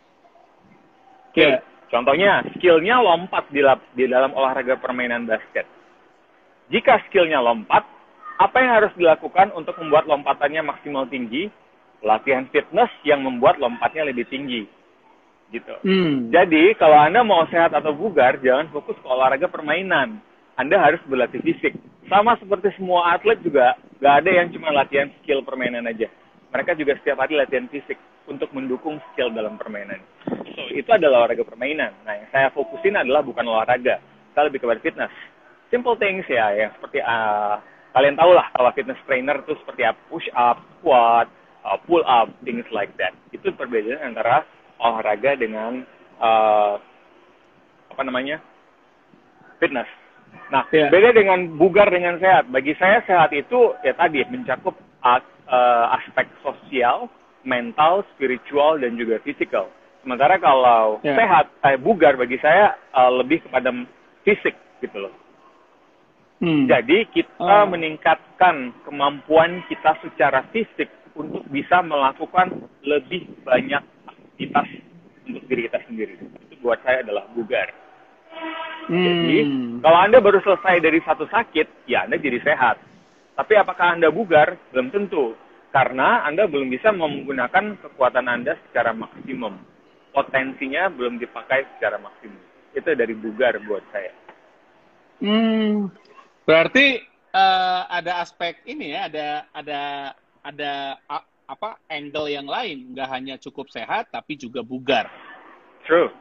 Oke, okay. yeah. Contohnya, skillnya lompat di, di dalam olahraga permainan basket. Jika skillnya lompat, apa yang harus dilakukan untuk membuat lompatannya maksimal tinggi? Latihan fitness yang membuat lompatnya lebih tinggi. Gitu. Hmm. Jadi, kalau Anda mau sehat atau bugar, jangan fokus ke olahraga permainan. Anda harus berlatih fisik. Sama seperti semua atlet juga, nggak ada yang cuma latihan skill permainan aja. Mereka juga setiap hari latihan fisik untuk mendukung skill dalam permainan. So, itu adalah olahraga permainan. Nah, yang saya fokusin adalah bukan olahraga. Saya lebih kepada fitness. Simple things ya, yang seperti, uh, kalian tahu lah, kalau fitness trainer itu seperti apa, push up, squat, uh, pull up, things like that. Itu perbedaan antara olahraga dengan, uh, apa namanya, fitness. Nah, yeah. beda dengan bugar dengan sehat. Bagi saya, sehat itu, ya tadi, mencakup uh, uh, aspek sosial, mental, spiritual, dan juga physical. Sementara kalau yeah. sehat, eh, bugar bagi saya uh, lebih kepada fisik gitu loh. Hmm. Jadi kita oh. meningkatkan kemampuan kita secara fisik untuk bisa melakukan lebih banyak aktivitas untuk diri kita sendiri. Itu buat saya adalah bugar. Hmm. Jadi kalau Anda baru selesai dari satu sakit, ya Anda jadi sehat. Tapi apakah Anda bugar? Belum tentu. Karena Anda belum bisa menggunakan kekuatan Anda secara maksimum. Potensinya belum dipakai secara maksimum. Itu dari bugar buat saya. Hmm, berarti uh, ada aspek ini ya, ada ada ada uh, apa angle yang lain, nggak hanya cukup sehat tapi juga bugar. True.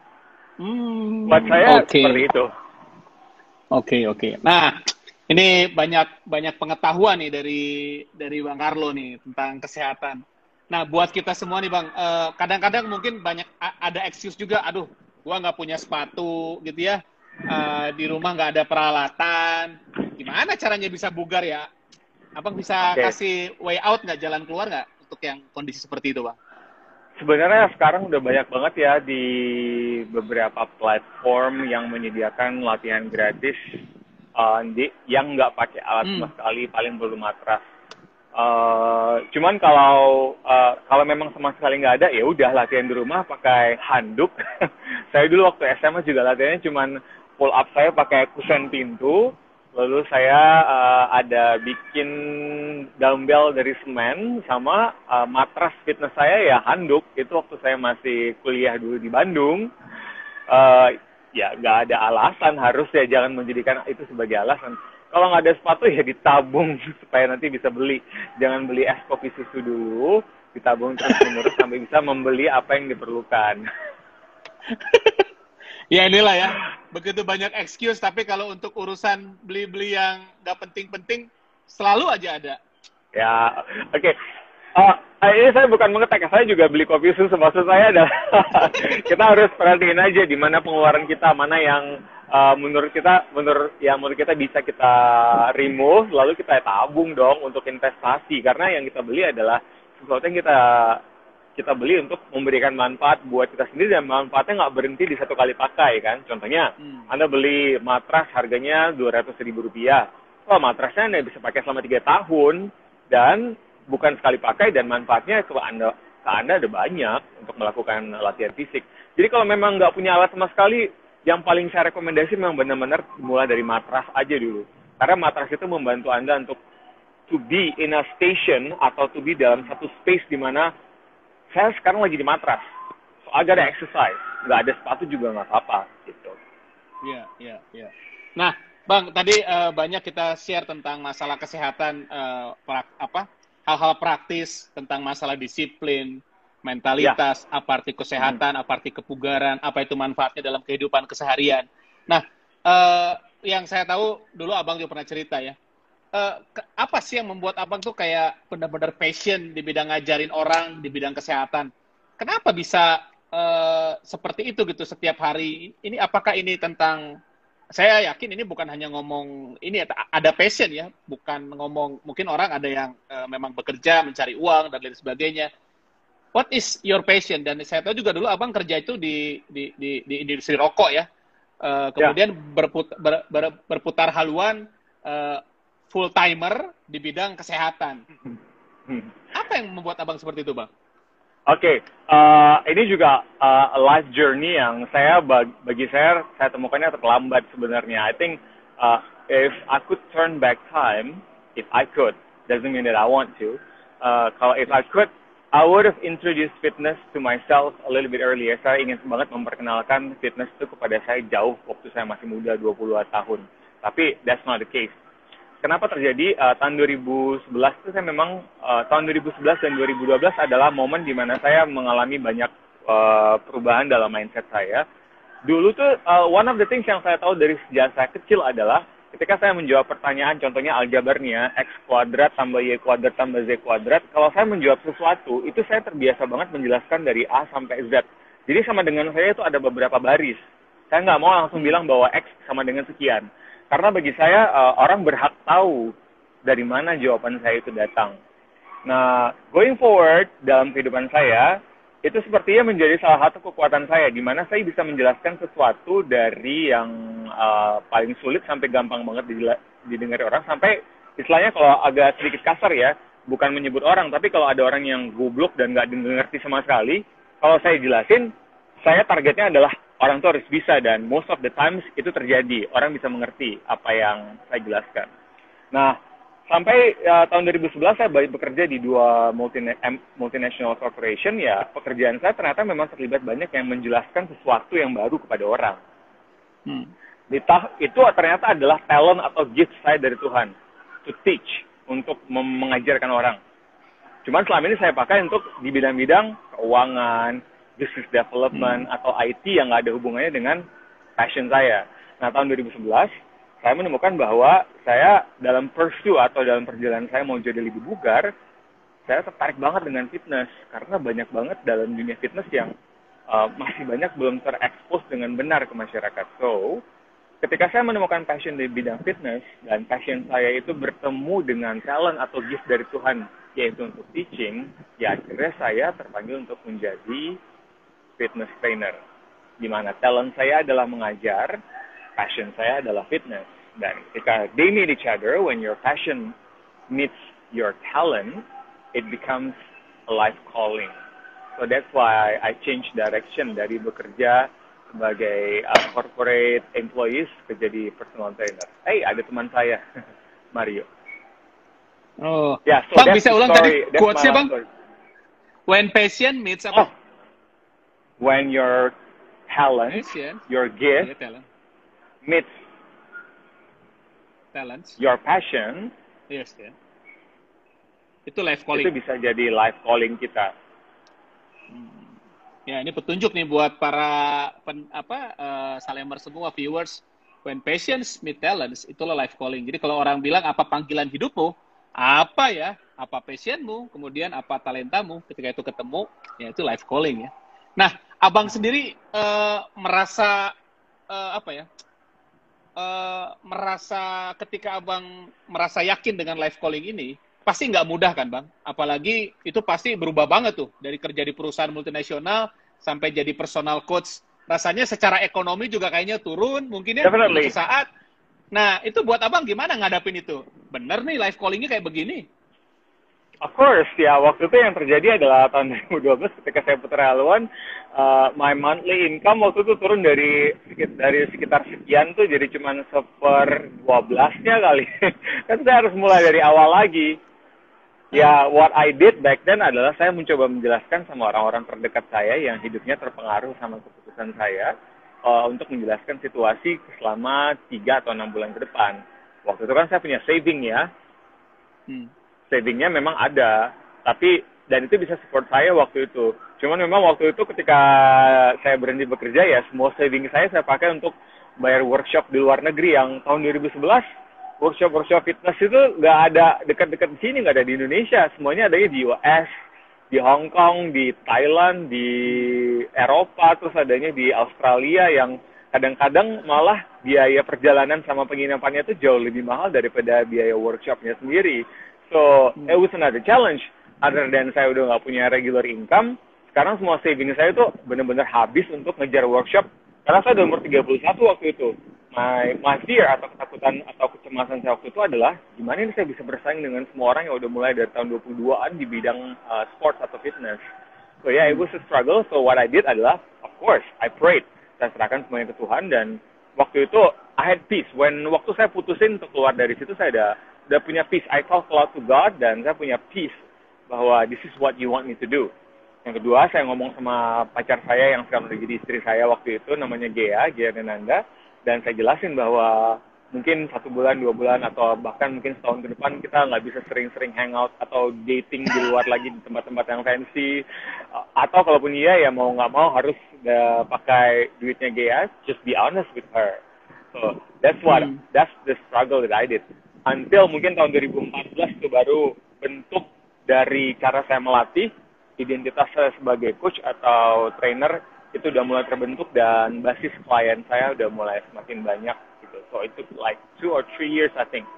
Hmm, buat saya okay. seperti itu. Oke okay, oke. Okay. Nah, ini banyak banyak pengetahuan nih dari dari Bang Carlo nih tentang kesehatan. Nah, buat kita semua nih Bang, uh, kadang-kadang mungkin banyak ada excuse juga, aduh, gua nggak punya sepatu gitu ya, uh, di rumah nggak ada peralatan, gimana caranya bisa bugar ya? Abang bisa okay. kasih way out nggak, jalan keluar nggak untuk yang kondisi seperti itu Bang? Sebenarnya sekarang udah banyak banget ya di beberapa platform yang menyediakan latihan gratis uh, di, yang nggak pakai alat hmm. sama sekali, paling perlu matras. Uh, cuman kalau uh, kalau memang sama sekali nggak ada, ya udah latihan di rumah pakai handuk. Saya dulu waktu S M A juga latihannya cuman pull up saya pakai kusen pintu, lalu saya uh, ada bikin dumbbell dari semen sama uh, matras fitness saya ya handuk. Itu waktu saya masih kuliah dulu di Bandung. Uh, ya nggak ada alasan, harus ya jangan menjadikan itu sebagai alasan. Kalau nggak ada sepatu ya ditabung supaya nanti bisa beli. Jangan beli es kopi susu dulu, ditabung terus-menerus sampai bisa membeli apa yang diperlukan. Ya inilah ya, begitu banyak excuse, tapi kalau untuk urusan beli-beli yang nggak penting-penting, selalu aja ada. Ya, oke. Okay. Uh, ini saya bukan mengetek, saya juga beli kopi susu. Maksud saya adalah kita harus perhatiin aja di mana pengeluaran kita, mana yang uh, menurut kita, menurut yang menurut kita bisa kita remove, lalu kita tabung dong untuk investasi. Karena yang kita beli adalah sesuatu yang kita kita beli untuk memberikan manfaat buat kita sendiri, dan manfaatnya nggak berhenti di satu kali pakai kan. Contohnya, hmm. Anda beli matras harganya dua ratus ribu rupiah. Oh, matrasnya Anda bisa pakai selama tiga tahun dan bukan sekali pakai, dan manfaatnya ke Anda, ke Anda ada banyak untuk melakukan latihan fisik. Jadi kalau memang nggak punya alat sama sekali, yang paling saya rekomendasi memang benar-benar mulai dari matras aja dulu. Karena matras itu membantu Anda untuk to be in a station atau to be dalam satu space di mana saya sekarang lagi di matras. So, I gotta exercise. Nggak ada sepatu juga nggak apa-apa gitu. Iya, iya, iya. Nah, Bang, tadi uh, banyak kita share tentang masalah kesehatan, uh, prak, apa hal-hal praktis tentang masalah disiplin, Ya. mentalitas, apa arti Hmm. kesehatan, apa arti kebugaran, apa itu manfaatnya dalam kehidupan keseharian. Nah, uh, yang saya tahu dulu Abang juga pernah cerita ya. Uh, ke, apa sih yang membuat Abang tuh kayak benar-benar passion di bidang ngajarin orang di bidang kesehatan? Kenapa bisa uh, seperti itu gitu setiap hari? Ini apakah ini tentang, saya yakin ini bukan hanya ngomong ini ada passion ya, bukan ngomong mungkin orang ada yang uh, memang bekerja mencari uang dan lain sebagainya. What is your passion? Dan saya tahu juga dulu Abang kerja itu di di di, di industri rokok ya. Uh, Ya. kemudian berput, ber, ber, berputar haluan uh, full timer di bidang kesehatan. Hmm. Apa yang membuat Abang seperti itu, Bang? Oke, okay. uh, ini juga uh, a life journey yang saya bagi saya saya temukannya terlambat sebenarnya. I think uh, if I could turn back time, if I could, doesn't mean that I want to. Uh, kalau if I could, I would have introduced fitness to myself a little bit earlier. Saya ingin banget memperkenalkan fitness itu kepada saya jauh waktu saya masih muda, dua puluh tahun. Tapi that's not the case. Kenapa terjadi uh, tahun dua ribu sebelas itu saya memang uh, tahun dua ribu sebelas dan dua ribu dua belas adalah momen di mana saya mengalami banyak uh, perubahan dalam mindset saya. Dulu tuh uh, one of the things yang saya tahu dari sejak saya kecil adalah ketika saya menjawab pertanyaan, contohnya aljabarnya x kuadrat tambah y kuadrat tambah z kuadrat, kalau saya menjawab sesuatu itu saya terbiasa banget menjelaskan dari A sampai Z. Jadi sama dengan saya itu ada beberapa baris. Saya nggak mau langsung bilang bahwa x sama dengan sekian. Karena bagi saya, uh, orang berhak tahu dari mana jawaban saya itu datang. Nah, going forward dalam kehidupan saya, itu sepertinya menjadi salah satu kekuatan saya, di mana saya bisa menjelaskan sesuatu dari yang uh, paling sulit sampai gampang banget didengari orang, sampai istilahnya kalau agak sedikit kasar ya, bukan menyebut orang, tapi kalau ada orang yang goblok dan nggak ngerti sama sekali, kalau saya jelasin, saya targetnya adalah orang itu harus bisa, dan most of the times itu terjadi. Orang bisa mengerti apa yang saya jelaskan. Nah, sampai uh, tahun dua ribu sebelas saya bekerja di dua multina multinational corporation, ya pekerjaan saya ternyata memang terlibat banyak yang menjelaskan sesuatu yang baru kepada orang. Hmm. Itu ternyata adalah talent atau gift saya dari Tuhan. To teach, untuk mengajarkan orang. Cuman selama ini saya pakai untuk di bidang-bidang keuangan, business development, hmm. atau I T yang nggak ada hubungannya dengan passion saya. Nah, tahun dua ribu sebelas, saya menemukan bahwa saya dalam pursue atau dalam perjalanan saya mau jadi lebih bugar, saya tertarik banget dengan fitness. Karena banyak banget dalam dunia fitness yang uh, masih banyak belum terekspos dengan benar ke masyarakat. So, ketika saya menemukan passion di bidang fitness, dan passion saya itu bertemu dengan talent atau gift dari Tuhan, yaitu untuk teaching, ya akhirnya saya terpanggil untuk menjadi fitness trainer, di mana talent saya adalah mengajar, passion saya adalah fitness. Dan ketika they meet each other, when your passion meets your talent, it becomes a life calling. So that's why I change direction dari bekerja sebagai uh, corporate employees ke jadi personal trainer. Hey, ada teman saya, Mario. Oh, yeah, so Bang bisa ulang story. tadi quotes-nya Bang? Story. When passion meets apa? Oh. When your talent, passion. your gift, yeah, talent. meets talents, your passion, yes, yeah. Itu life calling. Itu bisa jadi life calling kita. Hmm. Ya, ini petunjuk nih buat para pen, apa uh, Salemers semua viewers. When passions meet talents, itulah life calling. Jadi kalau orang bilang apa panggilan hidupmu, apa ya, apa passionmu, kemudian apa talentamu, ketika itu ketemu, ya itu life calling ya. Nah, Abang sendiri uh, merasa uh, apa ya? Uh, merasa ketika Abang merasa yakin dengan life calling ini, pasti nggak mudah kan, Bang? Apalagi itu pasti berubah banget tuh dari kerja di perusahaan multinasional sampai jadi personal coach. Rasanya secara ekonomi juga kayaknya turun, mungkin ya suatu saat. Nah, itu buat Abang gimana ngadapin itu? Bener nih life calling-nya kayak begini. Of course, ya waktu itu yang terjadi adalah tahun dua ribu dua belas ketika saya putar haluan, uh, my monthly income waktu itu turun dari dari sekitar sekian tuh jadi cuma seper dua belasnya kali. Kan saya harus mulai dari awal lagi. Ya, what I did back then adalah saya mencoba menjelaskan sama orang-orang terdekat saya yang hidupnya terpengaruh sama keputusan saya. uh, untuk menjelaskan situasi selama tiga atau enam bulan ke depan. Waktu itu kan saya punya saving ya. Hmm. Savingnya memang ada, tapi dan itu bisa support saya waktu itu. Cuman memang waktu itu ketika saya berhenti bekerja ya, semua saving saya saya pakai untuk bayar workshop di luar negeri yang tahun dua ribu sebelas. Workshop-workshop fitness itu nggak ada dekat-dekat di sini, nggak ada di Indonesia. Semuanya adanya di U S, di Hong Kong, di Thailand, di Eropa, terus adanya di Australia yang kadang-kadang malah biaya perjalanan sama penginapannya itu jauh lebih mahal daripada biaya workshopnya sendiri. So, it was another challenge. Other than saya udah nggak punya regular income, sekarang semua saving saya itu benar-benar habis untuk ngejar workshop. Karena saya udah umur tiga puluh satu waktu itu. My, my fear atau ketakutan atau kecemasan saya waktu itu adalah gimana ini saya bisa bersaing dengan semua orang yang udah mulai dari tahun dua puluh dua-an di bidang uh, sports atau fitness. So yeah, it was a struggle. So what I did adalah, of course, I prayed. Saya serahkan semuanya ke Tuhan dan waktu itu I had peace. When waktu saya putusin untuk keluar dari situ, saya udah, udah punya peace. I talk out to God dan saya punya peace bahwa this is what you want me to do. Yang kedua, saya ngomong sama pacar saya yang sekarang udah jadi istri saya waktu itu, namanya Gea, Gea Denanda. Dan saya jelasin bahwa mungkin satu bulan, dua bulan, atau bahkan mungkin setahun ke depan kita nggak bisa sering-sering hangout atau dating di luar lagi di tempat-tempat yang fancy. Atau kalaupun iya, ya mau nggak mau harus uh, pakai duitnya Gea, just be honest with her. So, that's what, hmm. that's the struggle that I did. Until mungkin tahun dua ribu empat belas itu baru bentuk dari cara saya melatih, identitas saya sebagai coach atau trainer, itu udah mulai terbentuk dan basis klien saya udah mulai semakin banyak gitu. So it took like two or three years I think.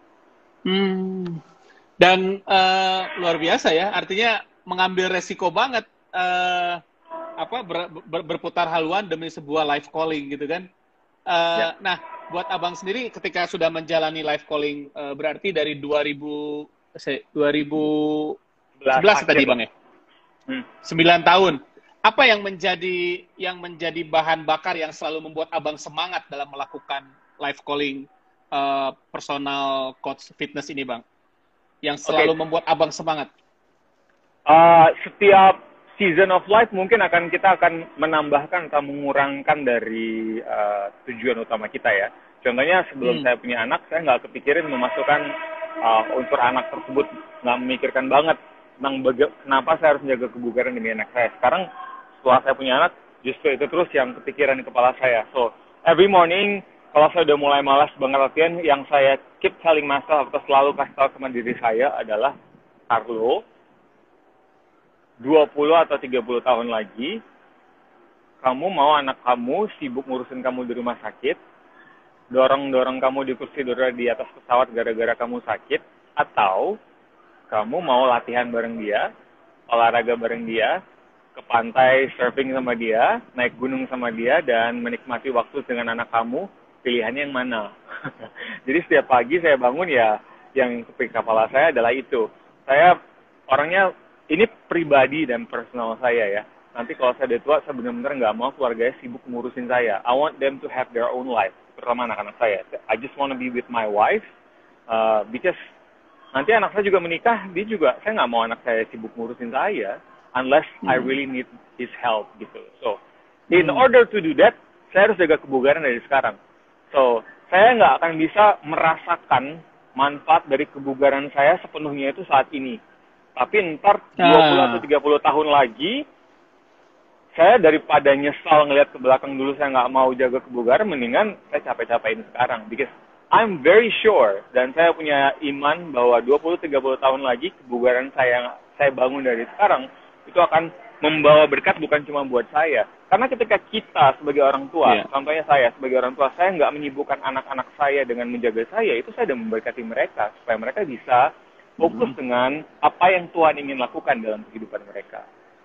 Hmm. Dan uh, luar biasa ya, artinya mengambil resiko banget uh, apa ber, ber, berputar haluan demi sebuah life calling gitu kan. Uh, ya. Nah, buat abang sendiri ketika sudah menjalani life calling uh, berarti dari dua ribu sebelas tadi bang ya, hmm. sembilan tahun. Apa yang menjadi yang menjadi bahan bakar yang selalu membuat abang semangat dalam melakukan life calling uh, personal coach fitness ini, bang? Yang selalu okay. membuat abang semangat? Uh, setiap season of life mungkin akan kita akan menambahkan atau mengurangkan dari uh, tujuan utama kita ya. Contohnya sebelum hmm. saya punya anak, saya nggak kepikirin memasukkan uh, unsur anak tersebut, nggak memikirkan banget tentang baga- kenapa saya harus menjaga kebugaran demi anak saya. Sekarang setelah saya punya anak, justru itu terus yang kepikiran di kepala saya. So, every morning, kalau saya udah mulai malas banget latihan, yang saya keep telling myself atau selalu kasih tahu sama diri saya adalah, Carlo, dua puluh atau tiga puluh tahun lagi, kamu mau anak kamu sibuk ngurusin kamu di rumah sakit, dorong-dorong kamu di kursi roda di atas pesawat gara-gara kamu sakit, atau kamu mau latihan bareng dia, olahraga bareng dia, ke pantai surfing sama dia, naik gunung sama dia, dan menikmati waktu dengan anak kamu, pilihannya yang mana? Jadi setiap pagi saya bangun ya, yang kepik kepala saya adalah itu. Saya orangnya, ini pribadi dan personal saya ya. Nanti kalau saya udah tua, saya benar-benar nggak mau keluarganya sibuk ngurusin saya. I want them to have their own life, terutama anak-anak saya. I just want to be with my wife, uh, because nanti anak saya juga menikah, dia juga, saya nggak mau anak saya sibuk ngurusin saya, unless hmm. I really need his help gitu. So, in hmm. order to do that, saya harus jaga kebugaran dari sekarang. So, saya nggak akan bisa merasakan manfaat dari kebugaran saya sepenuhnya itu saat ini. Tapi ntar dua puluh atau tiga puluh tahun lagi, saya daripada nyesal ngelihat ke belakang dulu saya nggak mau jaga kebugaran, mendingan saya capek-capekin sekarang. Because I'm very sure, dan saya punya iman bahwa dua puluh sampai tiga puluh tahun lagi, kebugaran saya yang saya bangun dari sekarang, itu akan membawa berkat bukan cuma buat saya. Karena ketika kita sebagai orang tua, yeah. contohnya saya sebagai orang tua, saya nggak menyibukkan anak-anak saya dengan menjaga saya, itu saya sudah memberkati mereka, supaya mereka bisa fokus mm-hmm. dengan apa yang Tuhan ingin lakukan dalam kehidupan mereka.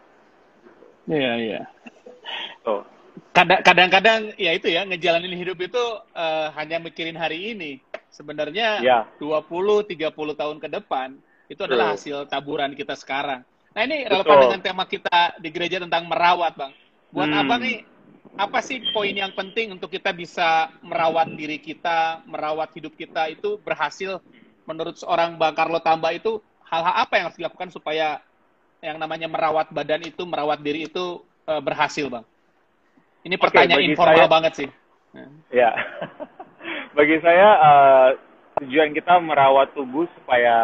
Iya, yeah, iya. Yeah. So, kadang-kadang ya itu ya, ngejalanin hidup itu uh, hanya mikirin hari ini. Sebenarnya yeah. dua puluh sampai tiga puluh tahun ke depan, itu adalah hasil taburan kita sekarang. Nah ini relevan Betul. dengan tema kita di gereja tentang merawat, Bang. Buat hmm. apa nih, apa sih poin yang penting untuk kita bisa merawat diri kita, merawat hidup kita itu berhasil menurut seorang Bang Carlo Tamba itu, hal-hal apa yang harus dilakukan supaya yang namanya merawat badan itu, merawat diri itu uh, berhasil, Bang? Ini pertanyaan bagi informal saya- banget sih. Ya, bagi saya uh, tujuan kita merawat tubuh supaya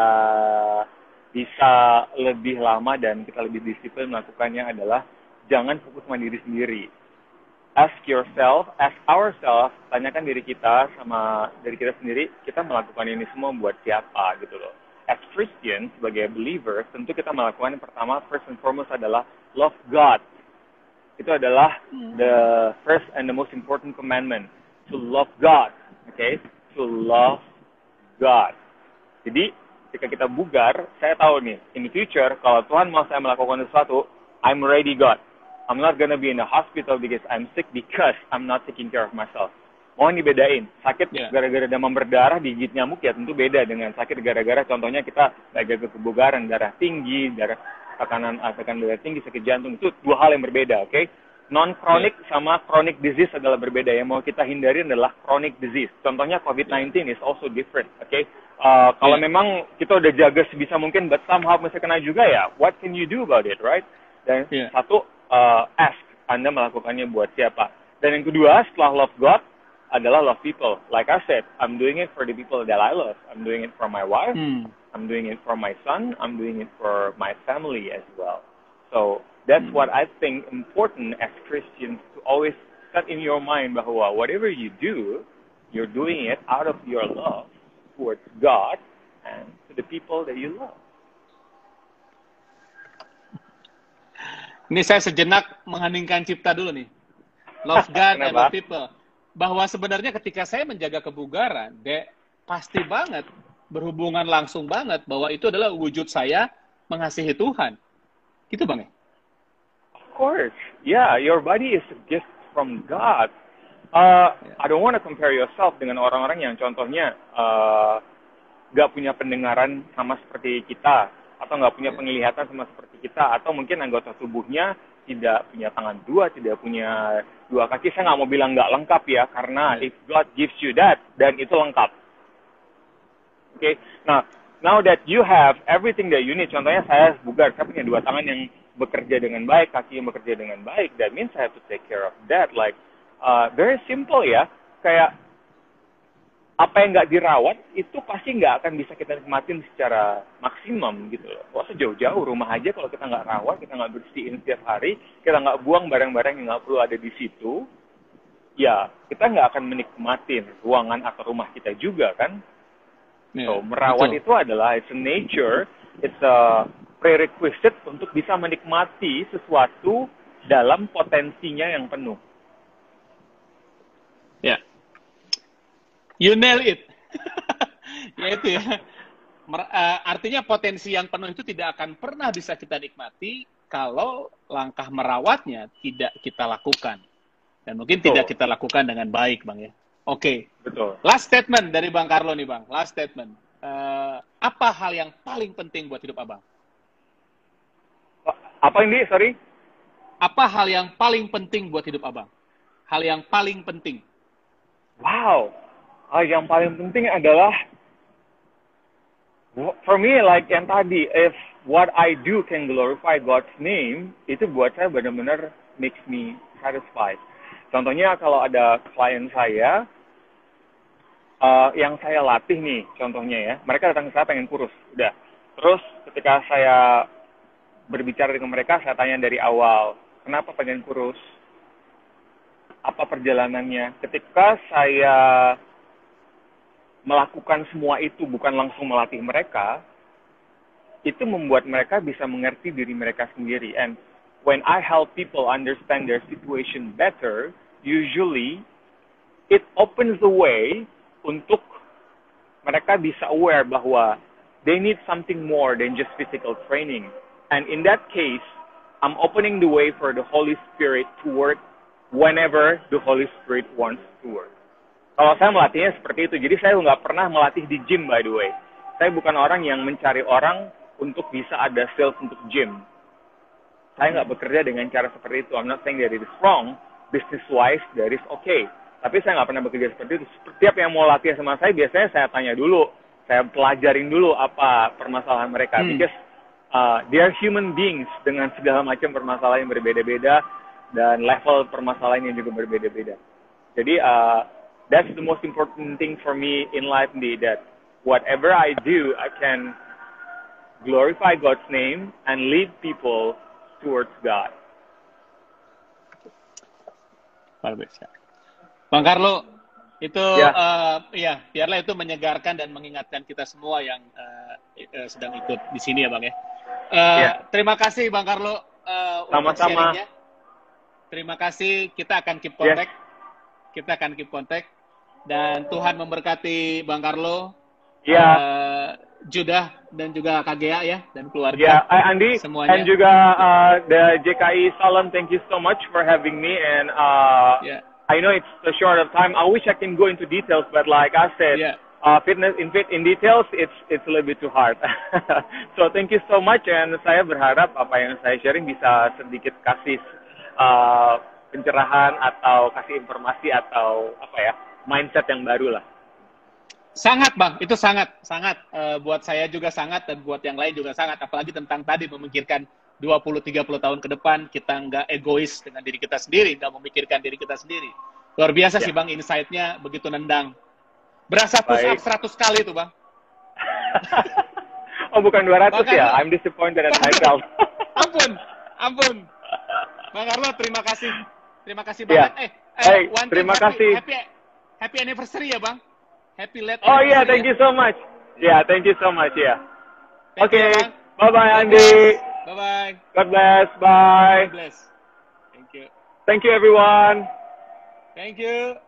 bisa lebih lama dan kita lebih disiplin melakukannya adalah jangan fokus sama diri sendiri. Ask yourself, ask ourselves, tanyakan diri kita sama diri kita sendiri, kita melakukan ini semua buat siapa gitu loh. As Christians, sebagai believers, tentu kita melakukan yang pertama, first and foremost adalah love God. Itu adalah the first and the most important commandment, to love God, okay? To love God. Jadi, ketika kita bugar, saya tahu nih, in the future, kalau Tuhan mau saya melakukan sesuatu, I'm ready God. I'm not gonna be in the hospital because I'm sick because I'm not taking care of myself. Mohon dibedain, sakit Yeah. gara-gara demam berdarah, digigit nyamuk ya tentu beda dengan sakit gara-gara contohnya kita nggak jaga kebugaran, darah tinggi, darah tekanan ah, tekanan darah tinggi, sakit jantung, itu dua hal yang berbeda, oke? Okay? Non-chronic sama chronic disease adalah berbeda. Yang mau kita hindari adalah chronic disease. Contohnya covid nineteen is also different, oke? Okay? Uh, kalau Yeah. memang kita udah jaga sebisa mungkin, but somehow masih kena juga ya, what can you do about it, right? Dan Yeah. satu, uh, ask, Anda melakukannya buat siapa. Dan yang kedua, setelah love God, adalah love people. Like I said, I'm doing it for the people that I love. I'm doing it for my wife. Hmm. I'm doing it for my son. I'm doing it for my family as well. So that's Hmm. what I think important as Christians to always set in your mind bahwa whatever you do, you're doing it out of your love towards God and to the people that you love. Ini saya sejenak mengheningkan cipta dulu nih. Love God and love Kenapa? people. Bahwa sebenarnya ketika saya menjaga kebugaran, Dek, pasti banget, berhubungan langsung banget bahwa itu adalah wujud saya mengasihi Tuhan. Gitu Bang ya? Of course. Yeah, your body is a gift from God. Uh, I don't want to compare yourself dengan orang-orang yang contohnya uh, gak punya pendengaran sama seperti kita, atau gak punya penglihatan sama seperti kita, atau mungkin anggota tubuhnya tidak punya tangan dua, tidak punya dua kaki. Saya nggak mau bilang nggak lengkap ya, karena if God gives you that, dan itu lengkap. Oke, okay? Nah, now that you have everything that you need, contohnya saya bugar, saya punya dua tangan yang bekerja dengan baik, kaki yang bekerja dengan baik, that means I have to take care of that. Like, uh, very simple ya, kayak apa yang nggak dirawat, itu pasti nggak akan bisa kita nikmatin secara maksimum gitu loh. Wah, sejauh-jauh rumah aja kalau kita nggak rawat, kita nggak bersihin setiap hari, kita nggak buang barang-barang yang nggak perlu ada di situ, ya kita nggak akan menikmatin ruangan atau rumah kita juga kan. Ya, So, merawat betul. itu adalah it's a nature, it's a prerequisite untuk bisa menikmati sesuatu dalam potensinya yang penuh. Ya. You nail it. Ya itu ya. Mer- uh, artinya potensi yang penuh itu tidak akan pernah bisa kita nikmati kalau langkah merawatnya tidak kita lakukan. Dan mungkin Betul. tidak kita lakukan dengan baik, Bang ya. Oke. Betul. Last statement dari Bang Carlo nih, Bang. Last statement. Uh, apa hal yang paling penting buat hidup Abang? Apa ini? Sorry? Apa hal yang paling penting buat hidup Abang? Hal yang paling penting. Wow. Hal yang paling penting adalah, for me, like yang tadi, if what I do can glorify God's name, itu buat saya benar-benar makes me satisfied. Contohnya kalau ada klien saya, uh, yang saya latih nih, contohnya ya, mereka datang ke saya pengen kurus, udah. Terus ketika saya berbicara dengan mereka, saya tanya dari awal, kenapa pengen kurus? Apa perjalanannya? Ketika saya melakukan semua itu bukan langsung melatih mereka, itu membuat mereka bisa mengerti diri mereka sendiri. And when I help people understand their situation better, usually it opens the way untuk mereka bisa aware bahwa they need something more than just physical training. And in that case, I'm opening the way for the Holy Spirit to work whenever the Holy Spirit wants to work. Kalau saya melatihnya seperti itu, jadi saya nggak pernah melatih di gym, by the way. Saya bukan orang yang mencari orang untuk bisa ada sales untuk gym. Saya nggak bekerja dengan cara seperti itu. I'm not saying that it is wrong, business-wise, that is okay. Tapi saya nggak pernah bekerja seperti itu. Setiap yang mau latih sama saya, biasanya saya tanya dulu. Saya pelajarin dulu apa permasalahan mereka. Hmm. Because uh, they are human beings dengan segala macam permasalahan yang berbeda-beda. dan level permasalahan yang juga berbeda-beda. Jadi uh, that's the most important thing for me in life, indeed, that whatever I do, I can glorify God's name and lead people towards God. Luar biasa. Bang Carlo, itu Ya. uh, ya biarlah itu menyegarkan dan mengingatkan kita semua yang uh, uh, sedang ikut di sini ya Bang ya. Uh, Ya. Terima kasih Bang Carlo uh, untuk Sama-sama. sharingnya. Terima kasih, kita akan keep contact. Kita akan keep contact. Dan Tuhan memberkati Bang Carlo, Ya. uh, Judah, dan juga Kak Gea ya, dan keluarga. Yeah, I- Andy, semuanya. and juga uh, the J K I Salem, thank you so much for having me. And uh, Yeah. I know it's a short of time. I wish I can go into details, but like I said, Yeah. uh, fitness in fit in details, it's it's a little bit too hard. So thank you so much, and saya berharap apa yang saya sharing bisa sedikit kasih uh, pencerahan atau kasih informasi atau apa ya mindset yang baru lah. Sangat Bang, itu sangat, sangat. Uh, buat saya juga sangat, dan buat yang lain juga sangat. Apalagi tentang tadi memikirkan dua puluh sampai tiga puluh tahun ke depan, kita nggak egois dengan diri kita sendiri, nggak memikirkan diri kita sendiri. Luar biasa Ya. sih Bang, insight-nya begitu nendang. Berasa push up Baik. seratus kali tuh Bang. Oh, bukan dua ratus Bang ya? Carlo. I'm disappointed at myself. Ampun, ampun. Bang Carlo, terima kasih. Terima kasih Ya. banget. Eh, eh Hey, one thing, terima happy, kasih. Happy, happy anniversary ya Bang. Happy late Oh yeah, anniversary thank ya. you so much. Yeah, thank you so much. Yeah. Thank you, Okay. Bang. Bye bye, God Andy. bless. Bye-bye. God bless. Bye. God bless. Thank you. Thank you, everyone. Thank you.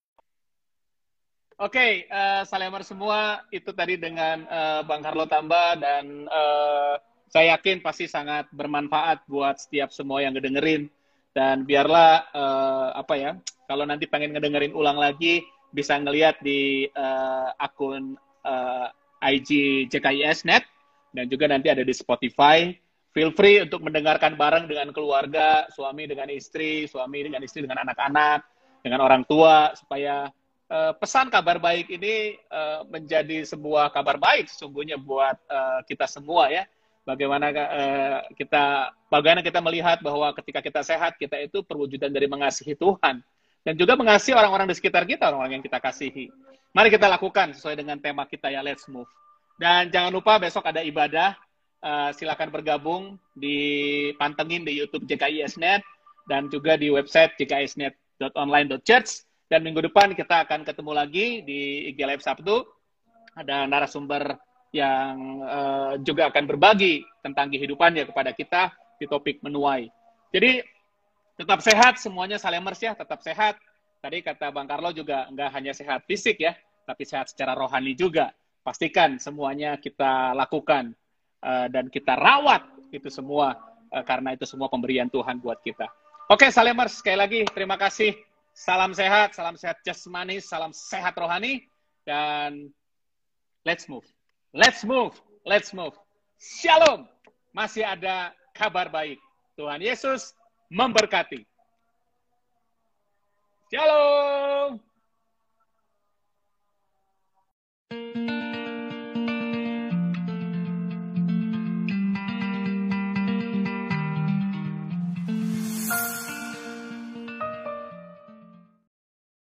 Oke, eh, Salemers semua, itu tadi dengan eh, Bang Carlo Tamba, dan eh, saya yakin pasti sangat bermanfaat buat setiap semua yang ngedengerin. Dan biarlah, eh, apa ya, kalau nanti pengen ngedengerin ulang lagi, bisa ngelihat di eh, akun eh, I G J K I S net, dan juga nanti ada di Spotify. Feel free untuk mendengarkan bareng dengan keluarga, suami dengan istri, suami dengan istri dengan anak-anak, dengan orang tua, supaya uh, pesan kabar baik ini uh, menjadi sebuah kabar baik sesungguhnya buat uh, kita semua ya. Bagaimana uh, kita bagaimana kita melihat bahwa ketika kita sehat, kita itu perwujudan dari mengasihi Tuhan dan juga mengasihi orang-orang di sekitar kita, orang-orang yang kita kasihi. Mari kita lakukan sesuai dengan tema kita ya, let's move. Dan jangan lupa besok ada ibadah. Uh, silakan bergabung, dipantengin di YouTube J K I S net dan juga di website j k i s net dot online dot church. Dan minggu depan kita akan ketemu lagi di I G Live Sabtu. Ada narasumber yang uh, juga akan berbagi tentang kehidupannya kepada kita di topik menuai. Jadi tetap sehat semuanya, Salemers ya, tetap sehat. Tadi kata Bang Carlo juga nggak hanya sehat fisik ya, tapi sehat secara rohani juga. Pastikan semuanya kita lakukan. Uh, dan kita rawat itu semua, uh, karena itu semua pemberian Tuhan buat kita. Oke, Salemers, sekali lagi terima kasih. Salam sehat, salam sehat jasmani, salam sehat rohani, dan let's move. Let's move, let's move. Shalom. Masih ada kabar baik. Tuhan Yesus memberkati. Shalom.